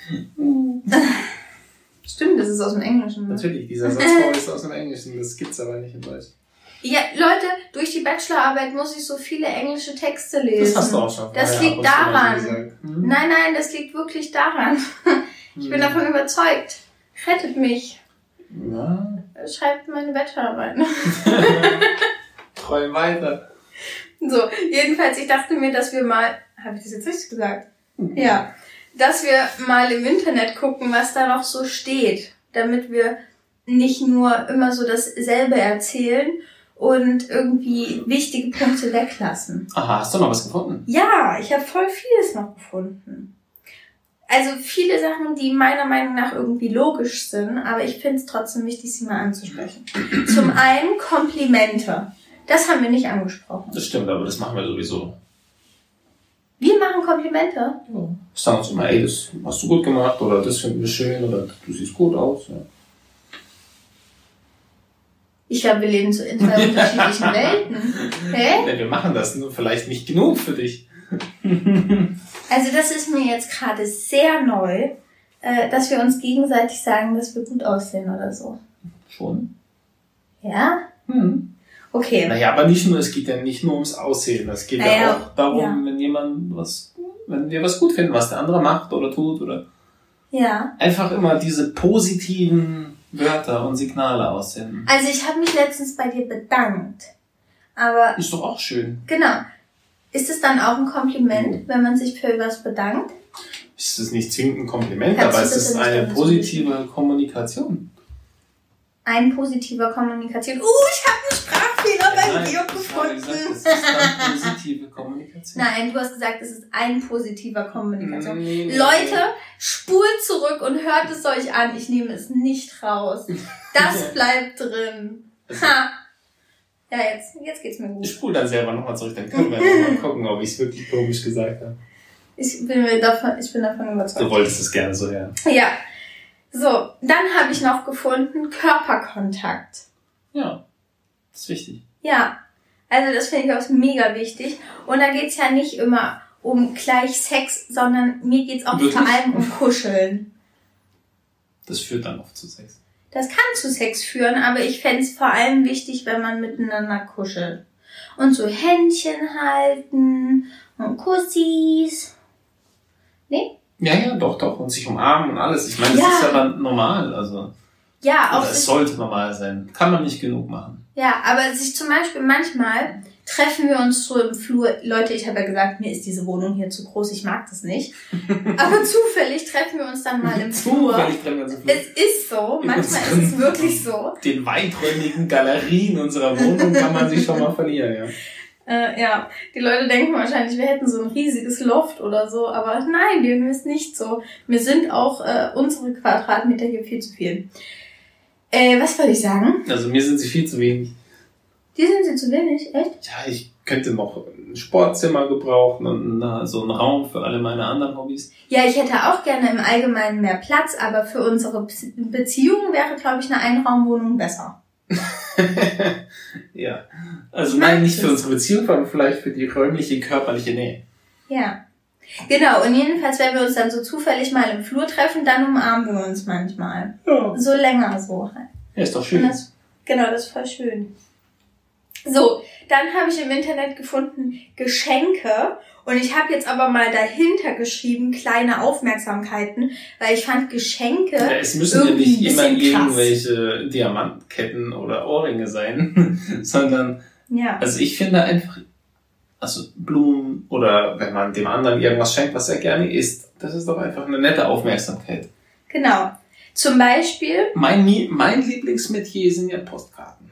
Stimmt, das ist aus dem Englischen. Ne? Natürlich, dieser Satzbau ist aus dem Englischen, das gibt's aber nicht in Deutsch. Ja, Leute, durch die Bachelorarbeit muss ich so viele englische Texte lesen. Das hast du auch schon. Das ja, liegt ja, daran. Hm? Nein, nein, das liegt wirklich daran. Ich hm. bin davon überzeugt. Rettet mich. Ja. Schreibt meine Bachelorarbeit. Träum weiter. So, jedenfalls, ich dachte mir, dass wir mal, habe ich das jetzt richtig gesagt? Mhm. Ja, dass wir mal im Internet gucken, was da noch so steht, damit wir nicht nur immer so dasselbe erzählen und irgendwie wichtige Punkte weglassen. Aha, hast du noch was gefunden? Ja, ich habe voll vieles noch gefunden. Also viele Sachen, die meiner Meinung nach irgendwie logisch sind, aber ich finde es trotzdem wichtig, sie mal anzusprechen. Zum einen Komplimente. Das haben wir nicht angesprochen. Das stimmt, aber das machen wir sowieso. Wir machen Komplimente? Ja. Wir sagen uns immer, ey, das hast du gut gemacht oder das finden wir schön oder du siehst gut aus. Ja. Ich glaube, wir leben so in zwei unterschiedlichen Welten. Hä? Ja, wir machen das, nur vielleicht nicht genug für dich. Also das ist mir jetzt gerade sehr neu, dass wir uns gegenseitig sagen, dass wir gut aussehen oder so. Schon? Ja? Hm. Okay. Naja, aber nicht nur, es geht ja nicht nur ums Aussehen. Es geht naja, ja auch darum, ja. wenn jemand was, wenn wir was gut finden, was der andere macht oder tut oder. Ja. Einfach immer diese positiven Wörter und Signale aussenden. Also ich habe mich letztens bei dir bedankt. Aber. Ist doch auch schön. Genau. Ist es dann auch ein Kompliment, wenn man sich für was bedankt? Es ist nicht zwingend ein Kompliment, Kannst aber es ist eine positive Kommunikation. Ein positiver Kommunikation. Uh, ich habe einen Sprachfehler bei Georg gefunden. Ich habe gesagt, es ist eine positive Kommunikation. Nein, du hast gesagt, es ist ein positiver Kommunikation. Nee, nee, Leute, spult zurück und hört es euch an. Ich nehme es nicht raus. Das bleibt drin. Ha. Ja, jetzt, jetzt geht's mir gut. Ich spule dann selber nochmal zurück, dann können wir nochmal gucken, ob ich es wirklich komisch gesagt habe. Ich bin, mir davon, ich bin davon überzeugt. Du wolltest es gerne so, ja. Ja. So, dann habe ich noch gefunden, Körperkontakt. Ja, das ist wichtig. Ja, also das finde ich auch mega wichtig. Und da geht's ja nicht immer um gleich Sex, sondern mir geht's auch Wirklich? vor allem um Kuscheln. Das führt dann oft zu Sex. Das kann zu Sex führen, aber ich fände es vor allem wichtig, wenn man miteinander kuschelt. Und so Händchen halten und Kussis. Nee? Ja, ja, doch, doch. Und sich umarmen und alles. Ich meine, das ja. ist ja dann normal. Also, ja, auch. Es sollte normal sein. Kann man nicht genug machen. Ja, aber sich zum Beispiel manchmal treffen wir uns so im Flur. Leute, ich habe ja gesagt, mir ist diese Wohnung hier zu groß, ich mag das nicht. Aber zufällig treffen wir uns dann mal im Flur. Zufällig treffen wir uns im Flur. Es ist so, manchmal ist es wirklich so. Den weiträumigen Galerien unserer Wohnung kann man sich schon mal verlieren, ja. Äh, ja, die Leute denken wahrscheinlich, wir hätten so ein riesiges Loft oder so, aber nein, dem ist nicht so. Mir sind auch äh, unsere Quadratmeter hier viel zu viel. Äh, was wollte ich sagen? Also mir sind sie viel zu wenig. Die sind sie zu wenig, echt? Ja, ich könnte noch ein Sportzimmer gebrauchen und na, so einen Raum für alle meine anderen Hobbys. Ja, ich hätte auch gerne im Allgemeinen mehr Platz, aber für unsere Beziehung wäre, glaube ich, eine Einraumwohnung besser. Ja, also nein, nicht für unsere Beziehung, sondern vielleicht für die räumliche, körperliche Nähe. Ja, genau. Und jedenfalls, wenn wir uns dann so zufällig mal im Flur treffen, dann umarmen wir uns manchmal. Ja. So länger so halt. Ja, ist doch schön. Das, genau, das ist voll schön. So, dann habe ich im Internet gefunden Geschenke und ich habe jetzt aber mal dahinter geschrieben kleine Aufmerksamkeiten, weil ich fand Geschenke ja, es müssen ja nicht immer irgendwelche Diamantketten oder Ohrringe sein, sondern ja. Also ich finde einfach, also Blumen oder wenn man dem anderen irgendwas schenkt, was er gerne isst, das ist doch einfach eine nette Aufmerksamkeit. Genau. Zum Beispiel... Mein, mein Lieblingsmetier sind ja Postkarten.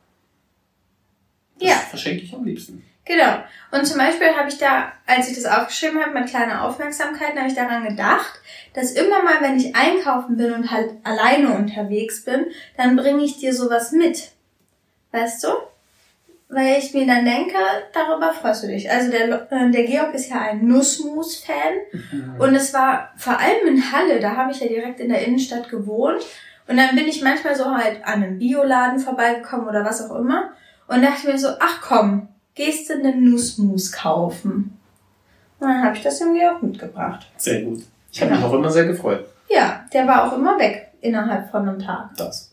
Das ja. verschenke ich am liebsten. Genau. Und zum Beispiel habe ich da, als ich das aufgeschrieben habe, mit kleiner Aufmerksamkeit, habe ich daran gedacht, dass immer mal, wenn ich einkaufen bin und halt alleine unterwegs bin, dann bringe ich dir sowas mit. Weißt du? Weil ich mir dann denke, darüber freust du dich. Also der, äh, der Georg ist ja ein Nussmus-Fan. Mhm. Und es war vor allem in Halle, da habe ich ja direkt in der Innenstadt gewohnt. Und dann bin ich manchmal so halt an einem Bioladen vorbeigekommen oder was auch immer. Und dachte mir so, ach komm, gehst du einen Nussmus kaufen? Und dann habe ich das dem Georg mitgebracht. Sehr gut. Ich habe genau. mich auch immer sehr gefreut. Ja, der war auch immer weg innerhalb von einem Tag. Das.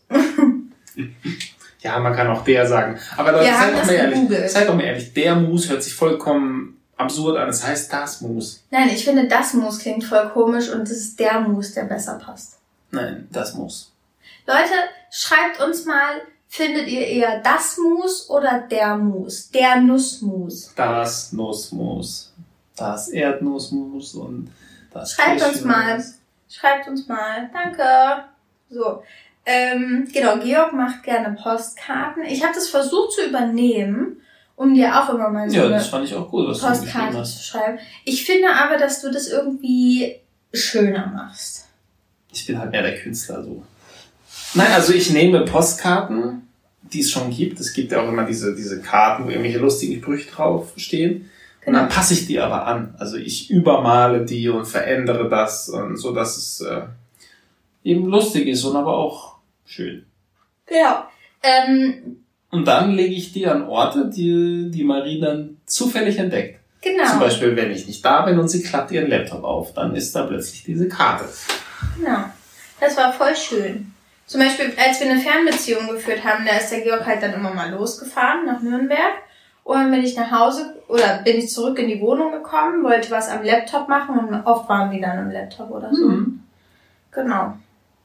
Ja, man kann auch der sagen. Aber Leute, seid doch, mal ehrlich, seid doch mal ehrlich, der Mus hört sich vollkommen absurd an. Es das heißt das Mus. Nein, ich finde, das Mus klingt voll komisch und es ist der Mus, der besser passt. Nein, das Mus. Leute, schreibt uns mal, findet ihr eher das Mus oder der Mus? Der Nussmus. Das Nussmus. Das Erdnussmus und das Schreibt uns mal. Schreibt uns mal. Danke. So. Ähm, genau, Georg macht gerne Postkarten. Ich habe das versucht zu übernehmen, um dir auch immer mal so ja, eine das fand ich auch gut, was Postkarte zu schreiben. Ich finde aber, dass du das irgendwie schöner machst. Ich bin halt mehr der Künstler so. Nein, also ich nehme Postkarten, die es schon gibt. Es gibt ja auch immer diese, diese Karten, wo irgendwelche lustigen Sprüche drauf stehen. Und dann passe ich die aber an. Also ich übermale die und verändere das, und so dass es äh, eben lustig ist und aber auch schön. Genau. Ähm, und dann lege ich die an Orte, die die Marie dann zufällig entdeckt. Genau. Zum Beispiel, wenn ich nicht da bin und sie klappt ihren Laptop auf, dann ist da plötzlich diese Karte. Genau. Das war voll schön. Zum Beispiel, als wir eine Fernbeziehung geführt haben, da ist der Georg halt dann immer mal losgefahren nach Nürnberg. Und dann bin ich nach Hause oder bin ich zurück in die Wohnung gekommen, wollte was am Laptop machen und oft waren die dann am Laptop oder so. Mhm. Genau.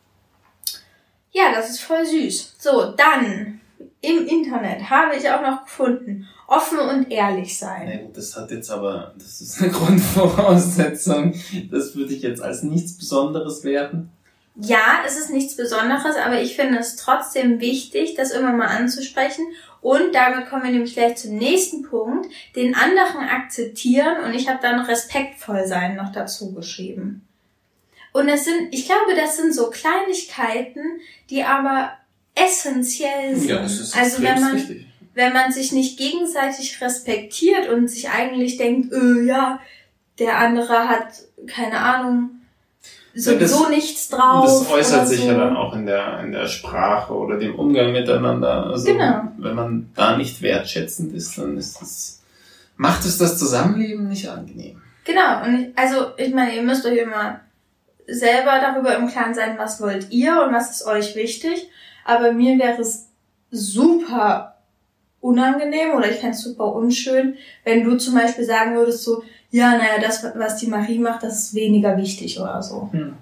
Ja, das ist voll süß. So, dann im Internet habe ich auch noch gefunden, offen und ehrlich sein. Na gut, das hat jetzt aber, das ist eine Grundvoraussetzung. Das würde ich jetzt als nichts Besonderes werten. Ja, es ist nichts Besonderes, aber ich finde es trotzdem wichtig, das immer mal anzusprechen. Und damit kommen wir nämlich gleich zum nächsten Punkt, den anderen akzeptieren, und ich habe dann respektvoll sein noch dazu geschrieben. Und das sind, ich glaube, das sind so Kleinigkeiten, die aber essentiell sind. Ja, das ist also wenn man, wichtig. wenn man sich nicht gegenseitig respektiert und sich eigentlich denkt, öh, ja, der andere hat, keine Ahnung, sowieso ja, nichts drauf. Das äußert sich so. ja dann auch in der, in der Sprache oder dem Umgang miteinander. Also, genau. Wenn man da nicht wertschätzend ist, dann ist das, macht es das Zusammenleben nicht angenehm. Genau. Und ich, also, ich meine, ihr müsst euch immer selber darüber im Klaren sein, was wollt ihr und was ist euch wichtig. Aber mir wäre es super unangenehm oder ich fände es super unschön, wenn du zum Beispiel sagen würdest so, ja, naja, das, was die Marie macht, das ist weniger wichtig oder so. Hm.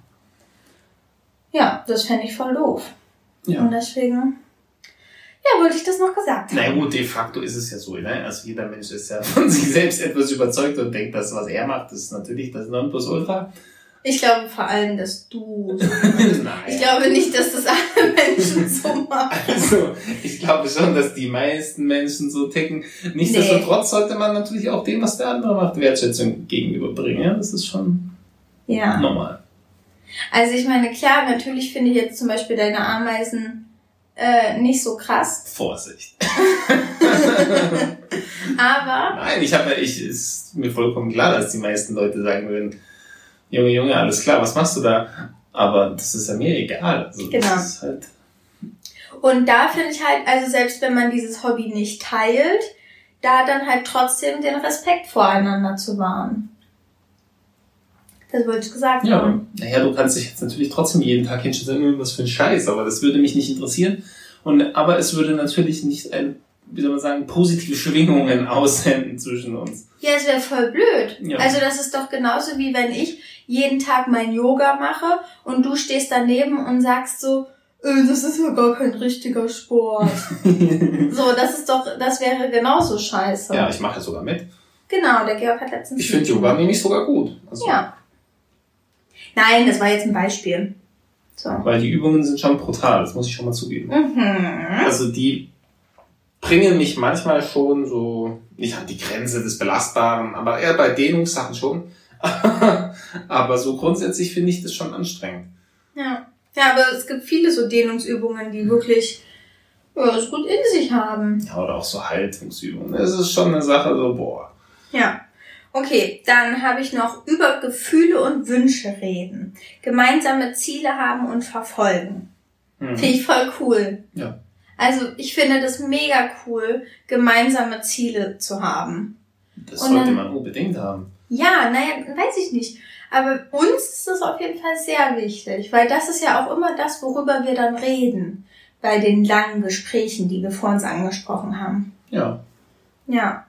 Ja, das fände ich voll doof. Ja. Und deswegen, ja, wollte ich das noch gesagt haben. Na gut, de facto ist es ja so, ne? Also jeder Mensch ist ja von sich selbst etwas überzeugt und denkt, das, was er macht, ist natürlich das Nonplusultra. Ich glaube vor allem, dass du so Nein. Ich glaube nicht, dass das alle Menschen so machen. Also, ich glaube schon, dass die meisten Menschen so ticken. Nichtsdestotrotz nee. sollte man natürlich auch dem, was der andere macht, Wertschätzung gegenüberbringen. Ja, das ist schon ja. normal. Also ich meine, klar, natürlich finde ich jetzt zum Beispiel deine Ameisen äh, nicht so krass. Vorsicht. Aber... Nein, ich habe ja, ich, ist mir vollkommen klar, dass die meisten Leute sagen würden, Junge, Junge, alles klar, was machst du da? Aber das ist ja mir egal. Also genau. Das ist halt und da finde ich halt, also selbst wenn man dieses Hobby nicht teilt, da dann halt trotzdem den Respekt voreinander zu wahren. Das wollte ich gesagt ja. haben. Naja, du kannst dich jetzt natürlich trotzdem jeden Tag hinstellen, was für ein Scheiß, aber das würde mich nicht interessieren. Und, aber es würde natürlich nicht ein wie soll man sagen, positive Schwingungen aussenden zwischen uns. Ja, es wäre voll blöd. Ja. Also das ist doch genauso wie wenn ich jeden Tag mein Yoga mache und du stehst daneben und sagst so, äh, das ist ja gar kein richtiger Sport. So, das ist doch, das wäre genauso scheiße. Ja, ich mache ja sogar mit. Genau, der Georg hat letztens... Ich finde Yoga nämlich sogar gut. Also, ja. Nein, das war jetzt ein Beispiel. So. Weil die Übungen sind schon brutal, das muss ich schon mal zugeben. Mhm. Also die bringen mich manchmal schon so, nicht an die Grenze des Belastbaren, aber eher bei Dehnungssachen schon. Aber so grundsätzlich finde ich das schon anstrengend. Ja. Ja, aber es gibt viele so Dehnungsübungen, die wirklich ja, es gut in sich haben. Ja, oder auch so Haltungsübungen. Das ist schon eine Sache so, boah. Ja. Okay, dann habe ich noch über Gefühle und Wünsche reden. Gemeinsame Ziele haben und verfolgen. Mhm. Finde ich voll cool. Ja. Also ich finde das mega cool, gemeinsame Ziele zu haben. Das Und sollte dann- man unbedingt haben. Ja, naja, weiß ich nicht. Aber uns ist das auf jeden Fall sehr wichtig, weil das ist ja auch immer das, worüber wir dann reden. Bei den langen Gesprächen, die wir vor uns angesprochen haben. Ja. Ja.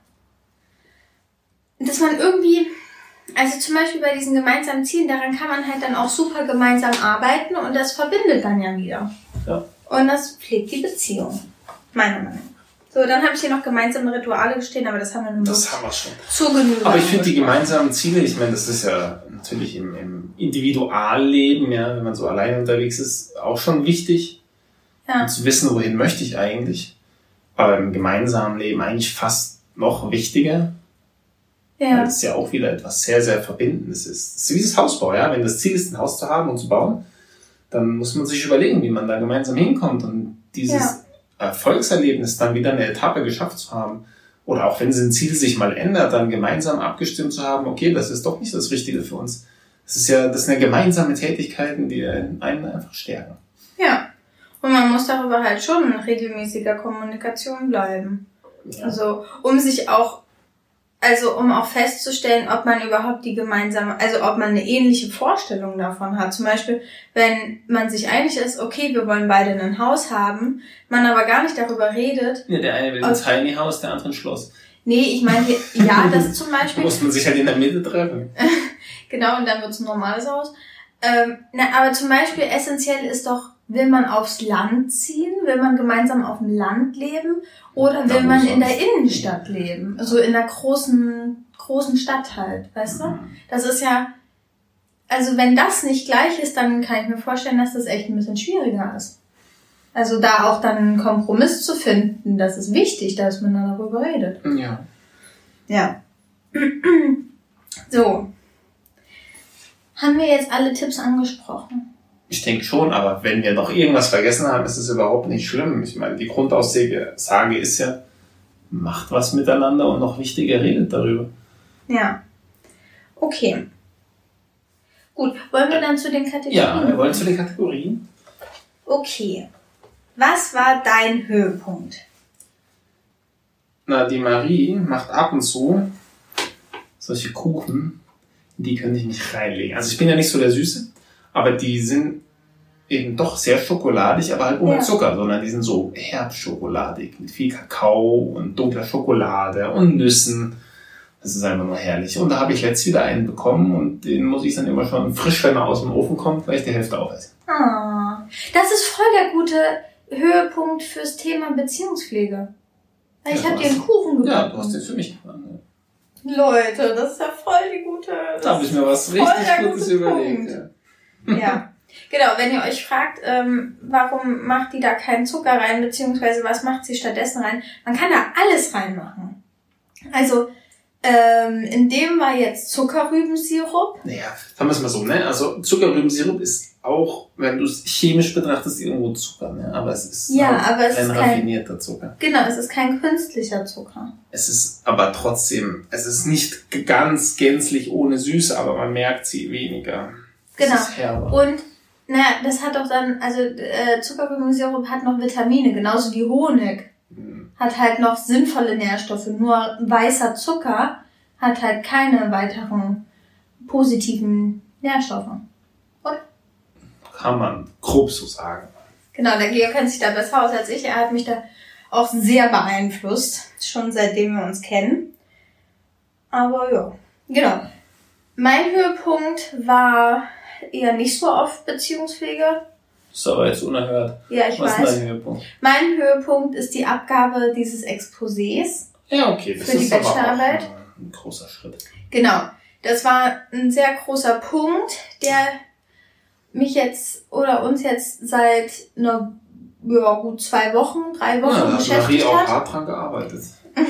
Dass man irgendwie, also zum Beispiel bei diesen gemeinsamen Zielen, daran kann man halt dann auch super gemeinsam arbeiten und das verbindet dann ja wieder. Ja. Und das pflegt die Beziehung. Meiner Meinung nach. So, dann habe ich hier noch gemeinsame Rituale stehen, aber das haben wir nun Das haben wir schon. zur Genüge. Aber ich finde die gemeinsamen Ziele, ich meine, das ist ja natürlich im, im Individualleben, ja, wenn man so alleine unterwegs ist, auch schon wichtig. Ja. Und zu wissen, wohin möchte ich eigentlich. Aber im gemeinsamen Leben eigentlich fast noch wichtiger. Weil Ja. es ja auch wieder etwas sehr, sehr Verbindendes ist. Es ist wie das Hausbau, ja. Wenn das Ziel ist, ein Haus zu haben und zu bauen, dann muss man sich überlegen, wie man da gemeinsam hinkommt und dieses Ja. Erfolgserlebnis dann wieder eine Etappe geschafft zu haben. Oder auch wenn ein Ziel sich mal ändert, dann gemeinsam abgestimmt zu haben, okay, das ist doch nicht das Richtige für uns. Das ist ja, das sind ja gemeinsame Tätigkeiten, die einen einfach stärken. Ja. Und man muss darüber halt schon in regelmäßiger Kommunikation bleiben. Ja. Also, um sich auch, also um auch festzustellen, ob man überhaupt die gemeinsame, also ob man eine ähnliche Vorstellung davon hat. Zum Beispiel, wenn man sich einig ist, okay, wir wollen beide ein Haus haben, man aber gar nicht darüber redet. Ja, der eine will ein Tiny House, der andere ein Schloss. Nee, ich meine, hier- ja, das zum Da Beispiel. muss man sich halt in der Mitte treffen. Genau, und dann wird's ein normales Haus. Ähm, na, aber zum Beispiel essentiell ist doch, will man aufs Land ziehen? Will man gemeinsam auf dem Land leben? Oder Ja, will wo man in der sonst? Innenstadt leben? Also in der großen, großen Stadt halt, weißt du? Das ist ja, also wenn das nicht gleich ist, dann kann ich mir vorstellen, dass das echt ein bisschen schwieriger ist. Also da auch dann einen Kompromiss zu finden, das ist wichtig, dass man da darüber redet. Ja. Ja. So. Haben wir jetzt alle Tipps angesprochen? Ich denke schon, aber wenn wir noch irgendwas vergessen haben, ist es überhaupt nicht schlimm. Ich meine, die Grundaussage Sage ist ja, macht was miteinander und noch wichtiger, redet darüber. Ja. Okay. Gut, wollen wir dann zu den Kategorien? Ja, wir wollen zu den Kategorien. Okay. Was war dein Höhepunkt? Na, die Marie macht ab und zu solche Kuchen, in die könnte ich mich reinlegen. Also ich bin ja nicht so der Süße, aber die sind eben doch sehr schokoladig, aber halt ohne Ja. Zucker, sondern die sind so herbschokoladig mit viel Kakao und dunkler Schokolade und Nüssen. Das ist einfach nur herrlich. Und da habe ich letztens wieder einen bekommen und den muss ich dann immer schon frisch, wenn er aus dem Ofen kommt, weil ich die Hälfte aufesse. Ah, das ist voll der gute Höhepunkt fürs Thema Beziehungspflege. Weil ich Ja, habe du dir einen hast- Kuchen gebacken. Ja, du hast den für mich gemacht. Leute, das ist ja voll die gute... Da habe ich mir was voll richtig der Gutes gute überlegt. Punkt. Ja. Ja, genau. Wenn ihr euch fragt, ähm, warum macht die da keinen Zucker rein, beziehungsweise was macht sie stattdessen rein, man kann da alles reinmachen. Also, ähm, in dem war jetzt Zuckerrübensirup. Naja, sagen wir es mal so, ne? Also Zuckerrübensirup ist auch, wenn du es chemisch betrachtest, irgendwo Zucker, ne? Aber es ist Ja, halt aber es ein ist kein- raffinierter Zucker. Genau, es ist kein künstlicher Zucker. Es ist aber trotzdem, es ist nicht g- ganz gänzlich ohne Süße, aber man merkt sie weniger. Genau. Es ist herber. Und, naja, das hat doch dann, also äh, Zuckerrübensirup hat noch Vitamine, genauso wie Honig. Hm. Hat halt noch sinnvolle Nährstoffe. Nur weißer Zucker hat halt keine weiteren positiven Nährstoffe. Kann man grob so sagen. Genau, der Georg kennt sich da besser aus als ich. Er hat mich da auch sehr beeinflusst, schon seitdem wir uns kennen. Aber ja, genau. Mein Höhepunkt war eher nicht so oft Beziehungspflege. Das ist aber jetzt unerhört. Ja, ich Was weiß. ist dein Höhepunkt? Mein Höhepunkt ist die Abgabe dieses Exposés. Ja, okay. Das für die ist aber Bachelorarbeit. auch ein, ein großer Schritt. Genau. Das war ein sehr großer Punkt, der mich jetzt oder uns jetzt seit einer, ja, gut zwei Wochen, drei Wochen Ja, da hat beschäftigt Marie auch hat. hart dran gearbeitet.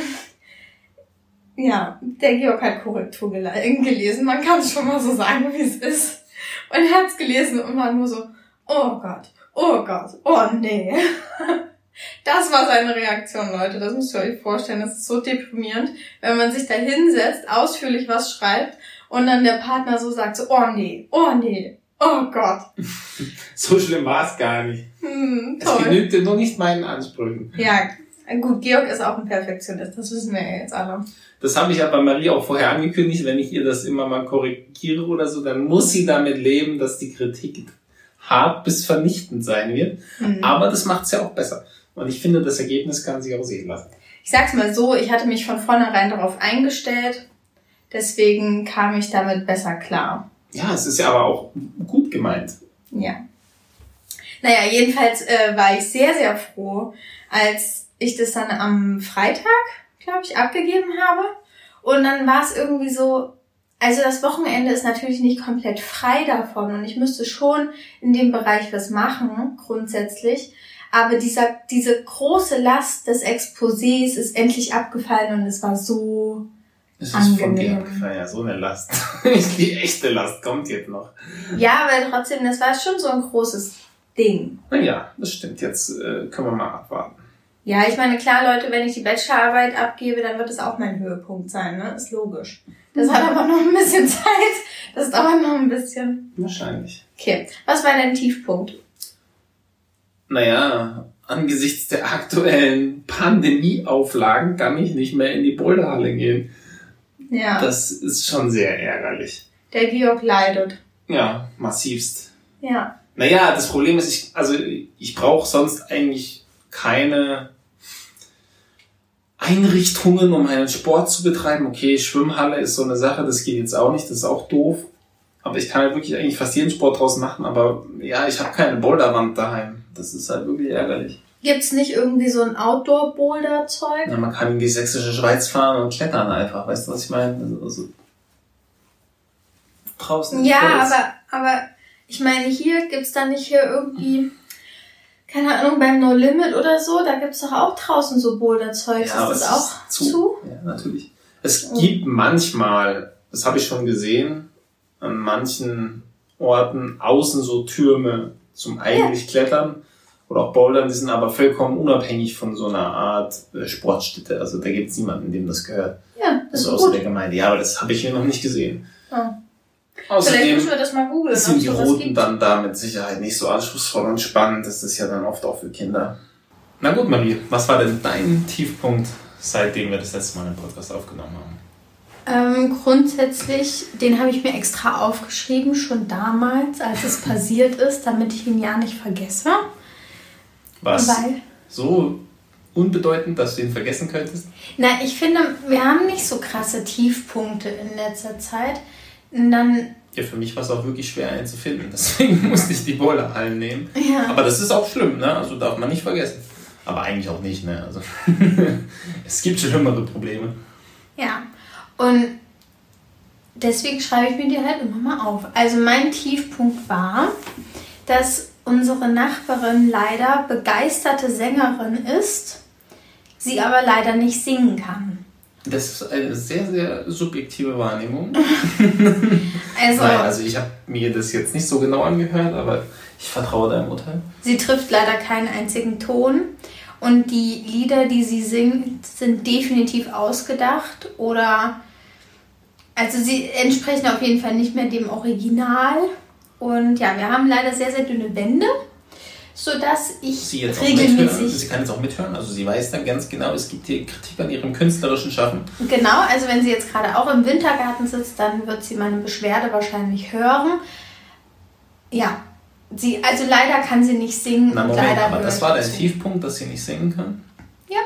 Ja, der Georg hat Korrektur gele- gelesen. Man kann es schon mal so sagen, wie es ist. Und er hat es gelesen und war nur so, oh Gott, oh Gott, oh nee. Das war seine Reaktion, Leute. Das müsst ihr euch vorstellen. Das ist so deprimierend, wenn man sich da hinsetzt, ausführlich was schreibt und dann der Partner so sagt, so, oh nee, oh nee, oh Gott. So schlimm war es gar nicht. Hm, Es toll. genügte nur nicht meinen Ansprüchen. Ja, gut, Georg ist auch ein Perfektionist. Das wissen wir ja jetzt alle. Das habe ich ja bei Marie auch vorher angekündigt. Wenn ich ihr das immer mal korrigiere oder so, dann muss sie damit leben, dass die Kritik hart bis vernichtend sein wird. Hm. Aber das macht es ja auch besser. Und ich finde, das Ergebnis kann sich auch sehen lassen. Ich sag's mal so, ich hatte mich von vornherein darauf eingestellt. Deswegen kam ich damit besser klar. Ja, es ist ja aber auch gut gemeint. Ja. Naja, jedenfalls äh, war ich sehr, sehr froh, als ich das dann am Freitag, glaube ich, abgegeben habe. Und dann war es irgendwie so, also das Wochenende ist natürlich nicht komplett frei davon und ich müsste schon in dem Bereich was machen, grundsätzlich. Aber dieser, diese große Last des Exposés ist endlich abgefallen und es war so Es ist von dir angenehm. abgefallen, ja, so eine Last. Die echte Last kommt jetzt noch. Ja, aber trotzdem, das war schon so ein großes Ding. Naja, das stimmt. Jetzt äh, können wir mal abwarten. Ja, ich meine, klar, Leute, wenn ich die Bachelorarbeit abgebe, dann wird es auch mein Höhepunkt sein, ne? Ist logisch. Das hat aber noch ein bisschen Zeit. Das dauert noch ein bisschen. Wahrscheinlich. Okay, was war dein Tiefpunkt? Naja, angesichts der aktuellen Pandemieauflagen kann ich nicht mehr in die Boulderhalle gehen. Ja, Das ist schon sehr ärgerlich. der Georg leidet. Ja, massivst. Ja. Naja, das Problem ist, ich, also ich brauche sonst eigentlich keine Einrichtungen, um einen Sport zu betreiben. Okay, Schwimmhalle ist so eine Sache, das geht jetzt auch nicht, das ist auch doof. Aber ich kann halt wirklich eigentlich fast jeden Sport draus machen, aber ja, ich habe keine Boulderwand daheim. Das ist halt wirklich ärgerlich. Gibt's nicht irgendwie so ein Outdoor-Boulder-Zeug? Ja, man kann in die sächsische Schweiz fahren und klettern einfach, weißt du, was ich meine? Also, draußen. Ja, Fels. aber, aber ich meine, hier gibt's da nicht hier irgendwie, keine Ahnung, beim No Limit oder so, da gibt's doch auch draußen so Boulder-Zeug. Ja, aber ist es das auch ist zu? zu. Ja, natürlich. Es Oh. gibt manchmal, das habe ich schon gesehen, an manchen Orten außen so Türme zum eigentlich Klettern oder auch Bouldern, die sind aber vollkommen unabhängig von so einer Art äh, Sportstätte. Also da gibt es niemanden, dem das gehört. Ja, das Also ist außer gut. der Gemeinde. Ja, aber das habe ich hier noch nicht gesehen. Ja. Vielleicht Außerdem müssen wir das mal googeln, ob sind es die sowas Routen gibt. dann da mit Sicherheit nicht so anspruchsvoll und spannend. Das ist ja dann oft auch für Kinder. Na gut, Marie, was war denn dein Tiefpunkt, seitdem wir das letzte Mal einen Podcast aufgenommen haben? Ähm, grundsätzlich, den habe ich mir extra aufgeschrieben, schon damals, als es passiert ist, damit ich ihn ja nicht vergesse. Was? Weil, So unbedeutend, dass du ihn vergessen könntest? na, ich finde, wir haben nicht so krasse Tiefpunkte in letzter Zeit. Und dann, Ja, für mich war es auch wirklich schwer, einen zu finden. Deswegen musste ich die Boulderhallen nehmen. ja, Aber das ist auch schlimm, ne? Also darf man nicht vergessen. Aber eigentlich auch nicht, ne? Also es gibt schlimmere Probleme. ja. Und deswegen schreibe ich mir die halt immer mal auf. Also mein Tiefpunkt war, dass unsere Nachbarin leider begeisterte Sängerin ist, sie aber leider nicht singen kann. Das ist eine sehr, sehr subjektive Wahrnehmung. Also, Nein, also ich habe mir das jetzt nicht so genau angehört, aber ich vertraue deinem Urteil. sie trifft leider keinen einzigen Ton. Und die Lieder, die sie singt, sind definitiv ausgedacht oder, also sie entsprechen auf jeden Fall nicht mehr dem Original. Und ja, wir haben leider sehr, sehr dünne Wände, sodass ich Sie jetzt auch mithören. regelmäßig, Sie kann jetzt auch mithören, also sie weiß dann ganz genau, es gibt hier Kritik an ihrem künstlerischen Schaffen. genau, also wenn sie jetzt gerade auch im Wintergarten sitzt, dann wird sie meine Beschwerde wahrscheinlich hören. Ja, sie, also leider kann sie nicht singen. Na und Moment, leider aber höre das ich war dein zu. Tiefpunkt, dass sie nicht singen kann? Ja,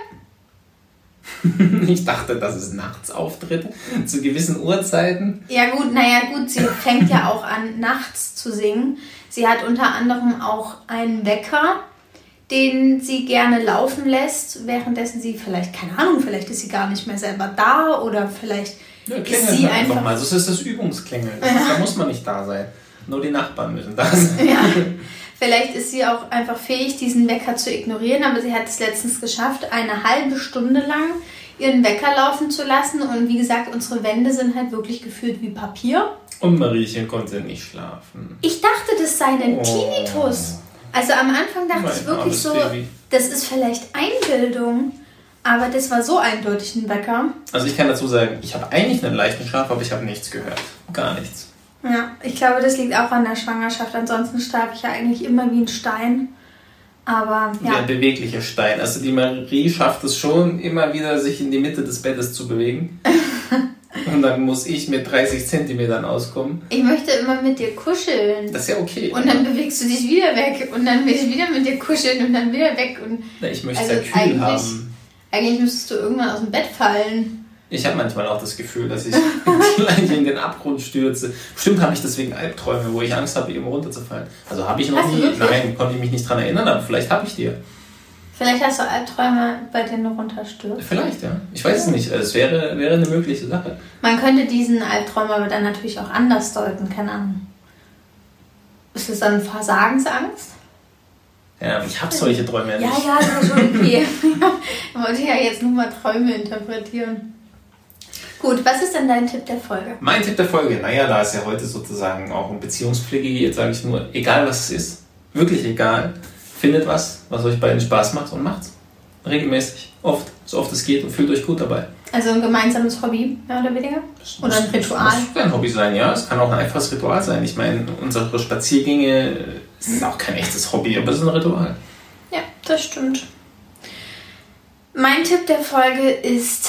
Ich dachte, dass es nachts auftritt, zu gewissen Uhrzeiten. Ja gut, naja gut, sie fängt ja auch an, nachts zu singen. Sie hat unter anderem auch einen Wecker, den sie gerne laufen lässt, währenddessen sie vielleicht, keine Ahnung, vielleicht ist sie gar nicht mehr selber da oder vielleicht ja, ist sie halt einfach... mal. Das ist das Übungsklingeln. Das ist, da muss man nicht da sein. Nur die Nachbarn müssen da sein. Ja. Vielleicht ist sie auch einfach fähig, diesen Wecker zu ignorieren, aber sie hat es letztens geschafft, eine halbe Stunde lang ihren Wecker laufen zu lassen. Und wie gesagt, unsere Wände sind halt wirklich gefühlt wie Papier. Und Mariechen konnte nicht schlafen. Ich dachte, das sei ein oh. Tinnitus. Also am Anfang dachte mein ich wirklich so, Baby. Das ist vielleicht Einbildung. Aber das war so eindeutig ein Wecker. Also ich kann dazu sagen, ich habe eigentlich einen leichten Schlaf, aber ich habe nichts gehört. Gar nichts. Ja, ich glaube, das liegt auch an der Schwangerschaft. Ansonsten starb ich ja eigentlich immer wie ein Stein. Aber ja. Wie ein beweglicher Stein. Also die Marie schafft es schon, immer wieder sich in die Mitte des Bettes zu bewegen. Und dann muss ich mit dreißig Zentimetern auskommen. Ich möchte immer mit dir kuscheln. Das ist ja okay. Und dann bewegst du dich wieder weg. Und dann will ich wieder mit dir kuscheln und dann wieder weg. Und Na, ich möchte es also ja kühl haben. Eigentlich müsstest du irgendwann aus dem Bett fallen. Ich habe manchmal auch das Gefühl, dass ich gleich in den Abgrund stürze. Bestimmt habe ich deswegen Albträume, wo ich Angst habe, eben runterzufallen. Also habe ich noch hast nie. Nein, konnte ich mich nicht dran erinnern, aber vielleicht habe ich die. Vielleicht hast du Albträume, bei denen du runterstürzt. Vielleicht, ja. Ich weiß es nicht. Es wäre, wäre eine mögliche Sache. Man könnte diesen Albtraum aber dann natürlich auch anders deuten. Keine Ahnung. Ist es dann Versagensangst? Ja, ich habe solche Träume ja nicht. Ja, ja, das ist schon okay. Ich wollte ja jetzt nur mal Träume interpretieren. Gut, was ist denn dein Tipp der Folge? Mein Tipp der Folge, naja, da es ja heute sozusagen auch um Beziehungspflege geht, sage ich nur, egal was es ist, wirklich egal, findet was, was euch beiden Spaß macht und macht's. Regelmäßig, oft, so oft es geht und fühlt euch gut dabei. Also ein gemeinsames Hobby, mehr oder weniger? Das oder ein Ritual? Das muss kein Hobby sein, ja. Es kann auch ein einfaches Ritual sein. Ich meine, unsere Spaziergänge sind auch kein echtes Hobby, aber es ist ein Ritual. Ja, das stimmt. Mein Tipp der Folge ist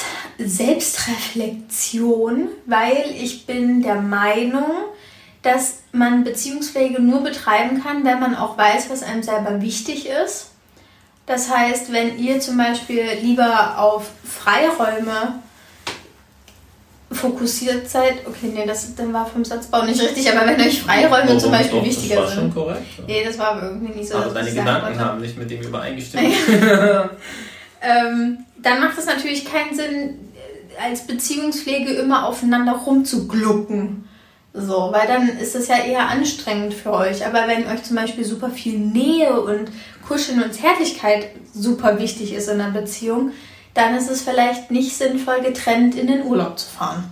Selbstreflexion, weil ich bin der Meinung, dass man Beziehungspflege nur betreiben kann, wenn man auch weiß, was einem selber wichtig ist. Das heißt, wenn ihr zum Beispiel lieber auf Freiräume fokussiert seid, okay, nee, das dann war vom Satzbau nicht richtig, aber wenn euch Freiräume oh, zum Beispiel doch, wichtiger das war sind. Schon korrekt, ja. Nee, das war aber irgendwie nicht so. Aber deine Gedanken haben nicht mit dem übereingestimmt. ähm, dann macht es natürlich keinen Sinn, als Beziehungspflege immer aufeinander rumzuglucken. So, weil dann ist es ja eher anstrengend für euch. Aber wenn euch zum Beispiel super viel Nähe und Kuscheln und Zärtlichkeit super wichtig ist in einer Beziehung, dann ist es vielleicht nicht sinnvoll, getrennt in den Urlaub zu fahren.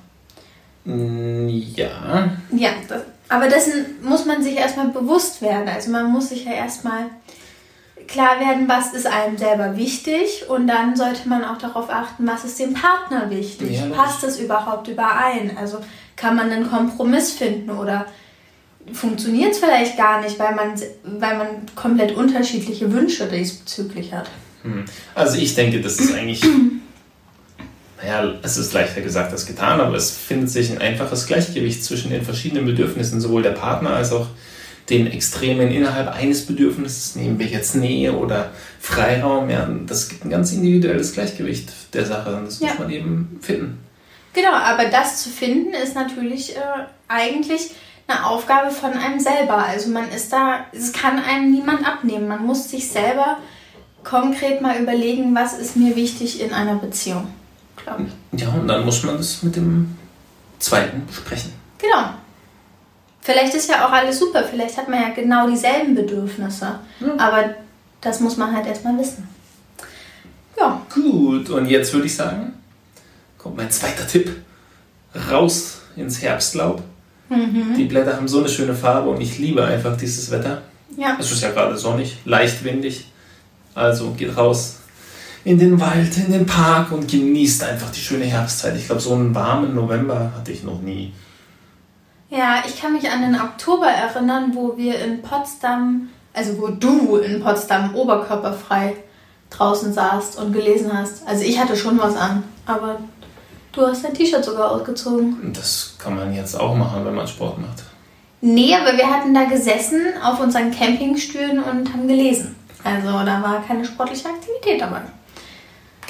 Ja. Ja, das, aber dessen muss man sich erstmal bewusst werden. Also man muss sich ja erstmal klar werden, was ist einem selber wichtig und dann sollte man auch darauf achten, was ist dem Partner wichtig. Ja, passt das überhaupt überein? Also kann man einen Kompromiss finden oder funktioniert es vielleicht gar nicht, weil man, weil man komplett unterschiedliche Wünsche diesbezüglich hat? Also ich denke, das ist eigentlich, naja, es ist leichter gesagt als getan, aber es findet sich ein einfaches Gleichgewicht zwischen den verschiedenen Bedürfnissen, sowohl der Partner als auch den Extremen innerhalb eines Bedürfnisses, nehmen wir jetzt Nähe oder Freiraum, ja, das gibt ein ganz individuelles Gleichgewicht der Sache und das ja. muss man eben finden. Genau, aber das zu finden ist natürlich äh, eigentlich eine Aufgabe von einem selber. Also man ist da, es kann einem niemand abnehmen. Man muss sich selber konkret mal überlegen, was ist mir wichtig in einer Beziehung, glaube ich. Ja, und dann muss man das mit dem Zweiten besprechen. Genau. Vielleicht ist ja auch alles super, vielleicht hat man ja genau dieselben Bedürfnisse. Ja. Aber das muss man halt erstmal wissen. Ja. Gut, und jetzt würde ich sagen, kommt mein zweiter Tipp. Raus ins Herbstlaub. Mhm. Die Blätter haben so eine schöne Farbe und ich liebe einfach dieses Wetter. Ja. Es ist ja gerade sonnig, leicht windig. Also geht raus in den Wald, in den Park und genießt einfach die schöne Herbstzeit. Ich glaube, so einen warmen November hatte ich noch nie. Ja, ich kann mich an den Oktober erinnern, wo wir in Potsdam, also wo du in Potsdam oberkörperfrei draußen saßt und gelesen hast. Also ich hatte schon was an, aber du hast dein T-Shirt sogar ausgezogen. Das kann man jetzt auch machen, wenn man Sport macht. Nee, aber wir hatten da gesessen auf unseren Campingstühlen und haben gelesen. Also da war keine sportliche Aktivität dabei.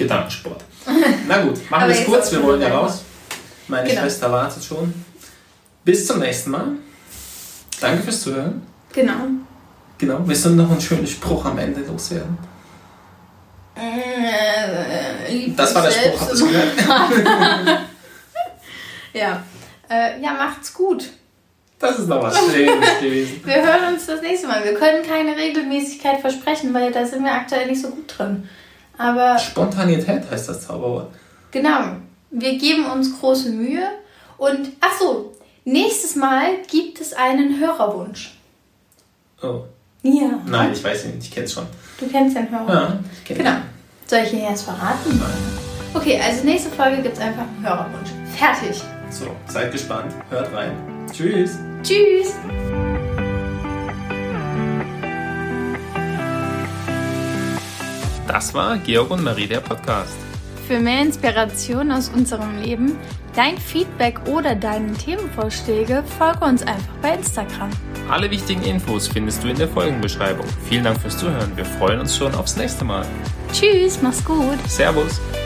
Gedankensport. Na gut, machen wir es kurz, wir wollen ja raus. Meine genau. Schwester wartet schon. Bis zum nächsten Mal. Danke fürs Zuhören. Genau. Genau. Willst du noch einen schönen Spruch am Ende loswerden? Äh, das war der Spruch, habt ihr es gehört? Ja. Äh, ja, macht's gut. Das ist noch was Schönes gewesen. Wir hören uns das nächste Mal. Wir können keine Regelmäßigkeit versprechen, weil da sind wir aktuell nicht so gut drin. Aber Spontanität heißt das Zauberwort. Genau. Wir geben uns große Mühe. Und, ach so, nächstes Mal gibt es einen Hörerwunsch. Oh. Ja. Nein, ich weiß nicht, ich kenn's schon. Du kennst den Hörerwunsch? Ja, ich kenn Genau. ihn. Soll ich ihn jetzt verraten? Nein. Okay, also nächste Folge gibt es einfach einen Hörerwunsch. Fertig. So, seid gespannt. Hört rein. Tschüss. Tschüss. Das war Georg und Marie, der Podcast. Für mehr Inspiration aus unserem Leben, dein Feedback oder deine Themenvorschläge, folge uns einfach bei Instagram. Alle wichtigen Infos findest du in der Folgenbeschreibung. Vielen Dank fürs Zuhören. Wir freuen uns schon aufs nächste Mal. Tschüss, mach's gut. Servus.